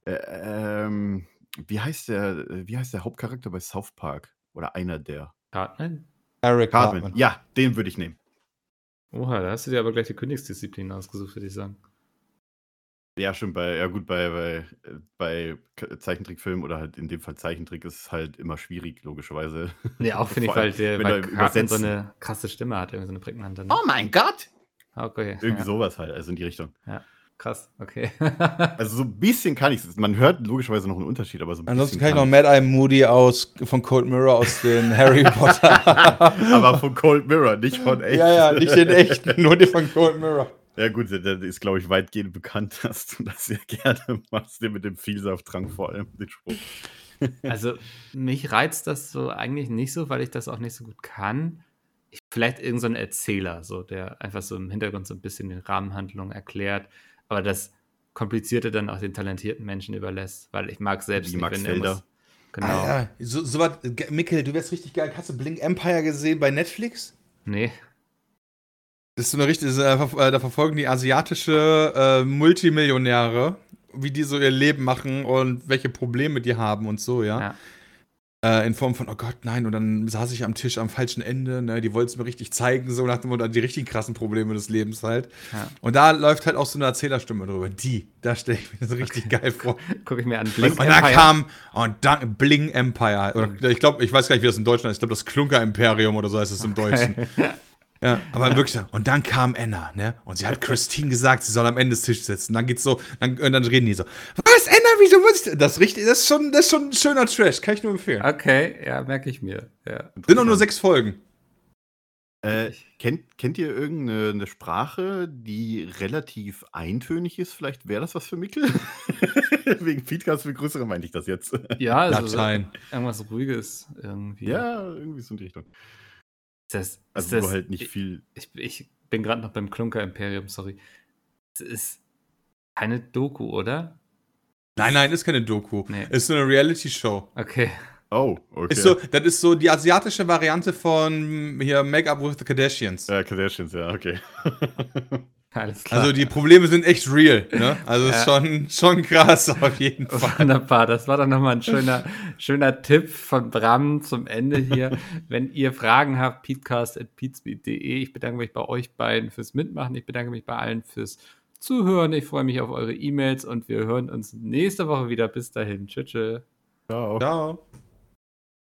wie heißt der Hauptcharakter bei South Park? Oder einer der? Cartman? Eric Cartman. Ja, den würde ich nehmen. Oha, da hast du dir aber gleich die Königsdisziplin ausgesucht, würde ich sagen. Ja, stimmt, bei Zeichentrickfilmen oder halt in dem Fall Zeichentrick ist es halt immer schwierig, logischerweise. Ja, auch finde ich, weil Cartman so eine krasse Stimme hat, irgendwie so eine prägnante. Ne? Oh mein Gott! Okay. Irgendwie sowas halt, also in die Richtung. Ja, krass, okay. Also so ein bisschen kann ich es. Man hört logischerweise noch einen Unterschied, aber so ein bisschen. Ansonsten kann ich noch Mad-Eye Moody von Cold Mirror aus den Harry Potter. Aber von Cold Mirror, nicht von echt. Ja, nicht den echten, nur den von Cold Mirror. Ja gut, der ist, glaube ich, weitgehend bekannt, dass du das sehr gerne machst, mit dem Vielsafttrank vor allem, den Spruch. Also mich reizt das so eigentlich nicht so, weil ich das auch nicht so gut kann. Vielleicht irgend so ein Erzähler, so, der einfach so im Hintergrund so ein bisschen die Rahmenhandlung erklärt, aber das Komplizierte dann auch den talentierten Menschen überlässt, weil ich mag selbst Wie nicht, Max wenn Felder. Genau. Ja, so was, Mikkel, du wärst richtig geil. Hast du Blink Empire gesehen bei Netflix? Nee. Das ist so eine richtige, da verfolgen die asiatische Multimillionäre, wie die so ihr Leben machen und welche Probleme die haben und so, ja. In Form von, oh Gott, nein, und dann saß ich am Tisch am falschen Ende, ne, die wollten es mir richtig zeigen, so nach dem Motto, die richtig krassen Probleme des Lebens halt. Ja. Und da läuft halt auch so eine Erzählerstimme drüber. Da stelle ich mir so richtig geil vor. Guck ich mir an. Blink Empire. Und dann Blink Empire. Oder ich glaube, ich weiß gar nicht, wie das in Deutschland ist. Ich glaube, das Klunker-Imperium oder so heißt es im Deutschen. Ja, aber wirklich, und dann kam Anna, ne? Und sie hat Christine gesagt, sie soll am Ende des Tisches sitzen. Dann geht's so, dann reden die so, was, Anna, wieso musst du? Das ist schon ein schöner Trash, kann ich nur empfehlen. Okay, ja, merke ich mir. Ja. Sind auch nur 6 Folgen. Kennt ihr irgendeine Sprache, die relativ eintönig ist? Vielleicht wäre das was für Mikkel? Wegen Feedcast für Größere meinte ich das jetzt. Ja, also irgendwas Ruhiges irgendwie. Ja, irgendwie so in die Richtung. Also halt nicht viel. Ich bin gerade noch beim Klunker-Imperium, sorry. Es ist keine Doku, oder? Nein, ist keine Doku. Nee. Ist so eine Reality-Show. Okay. Oh, okay. Das ist so die asiatische Variante von hier Make-up with the Kardashians. Ja, Kardashians, ja, okay. Alles klar. Also die Probleme sind echt real, ne? Also ist schon krass auf jeden Fall. Wunderbar, das war doch nochmal ein schöner Tipp von Bram zum Ende hier. Wenn ihr Fragen habt, peatcast@peatspeed.de. Ich bedanke mich bei euch beiden fürs Mitmachen. Ich bedanke mich bei allen fürs Zuhören. Ich freue mich auf eure E-Mails und wir hören uns nächste Woche wieder. Bis dahin. Tschüss. Ciao.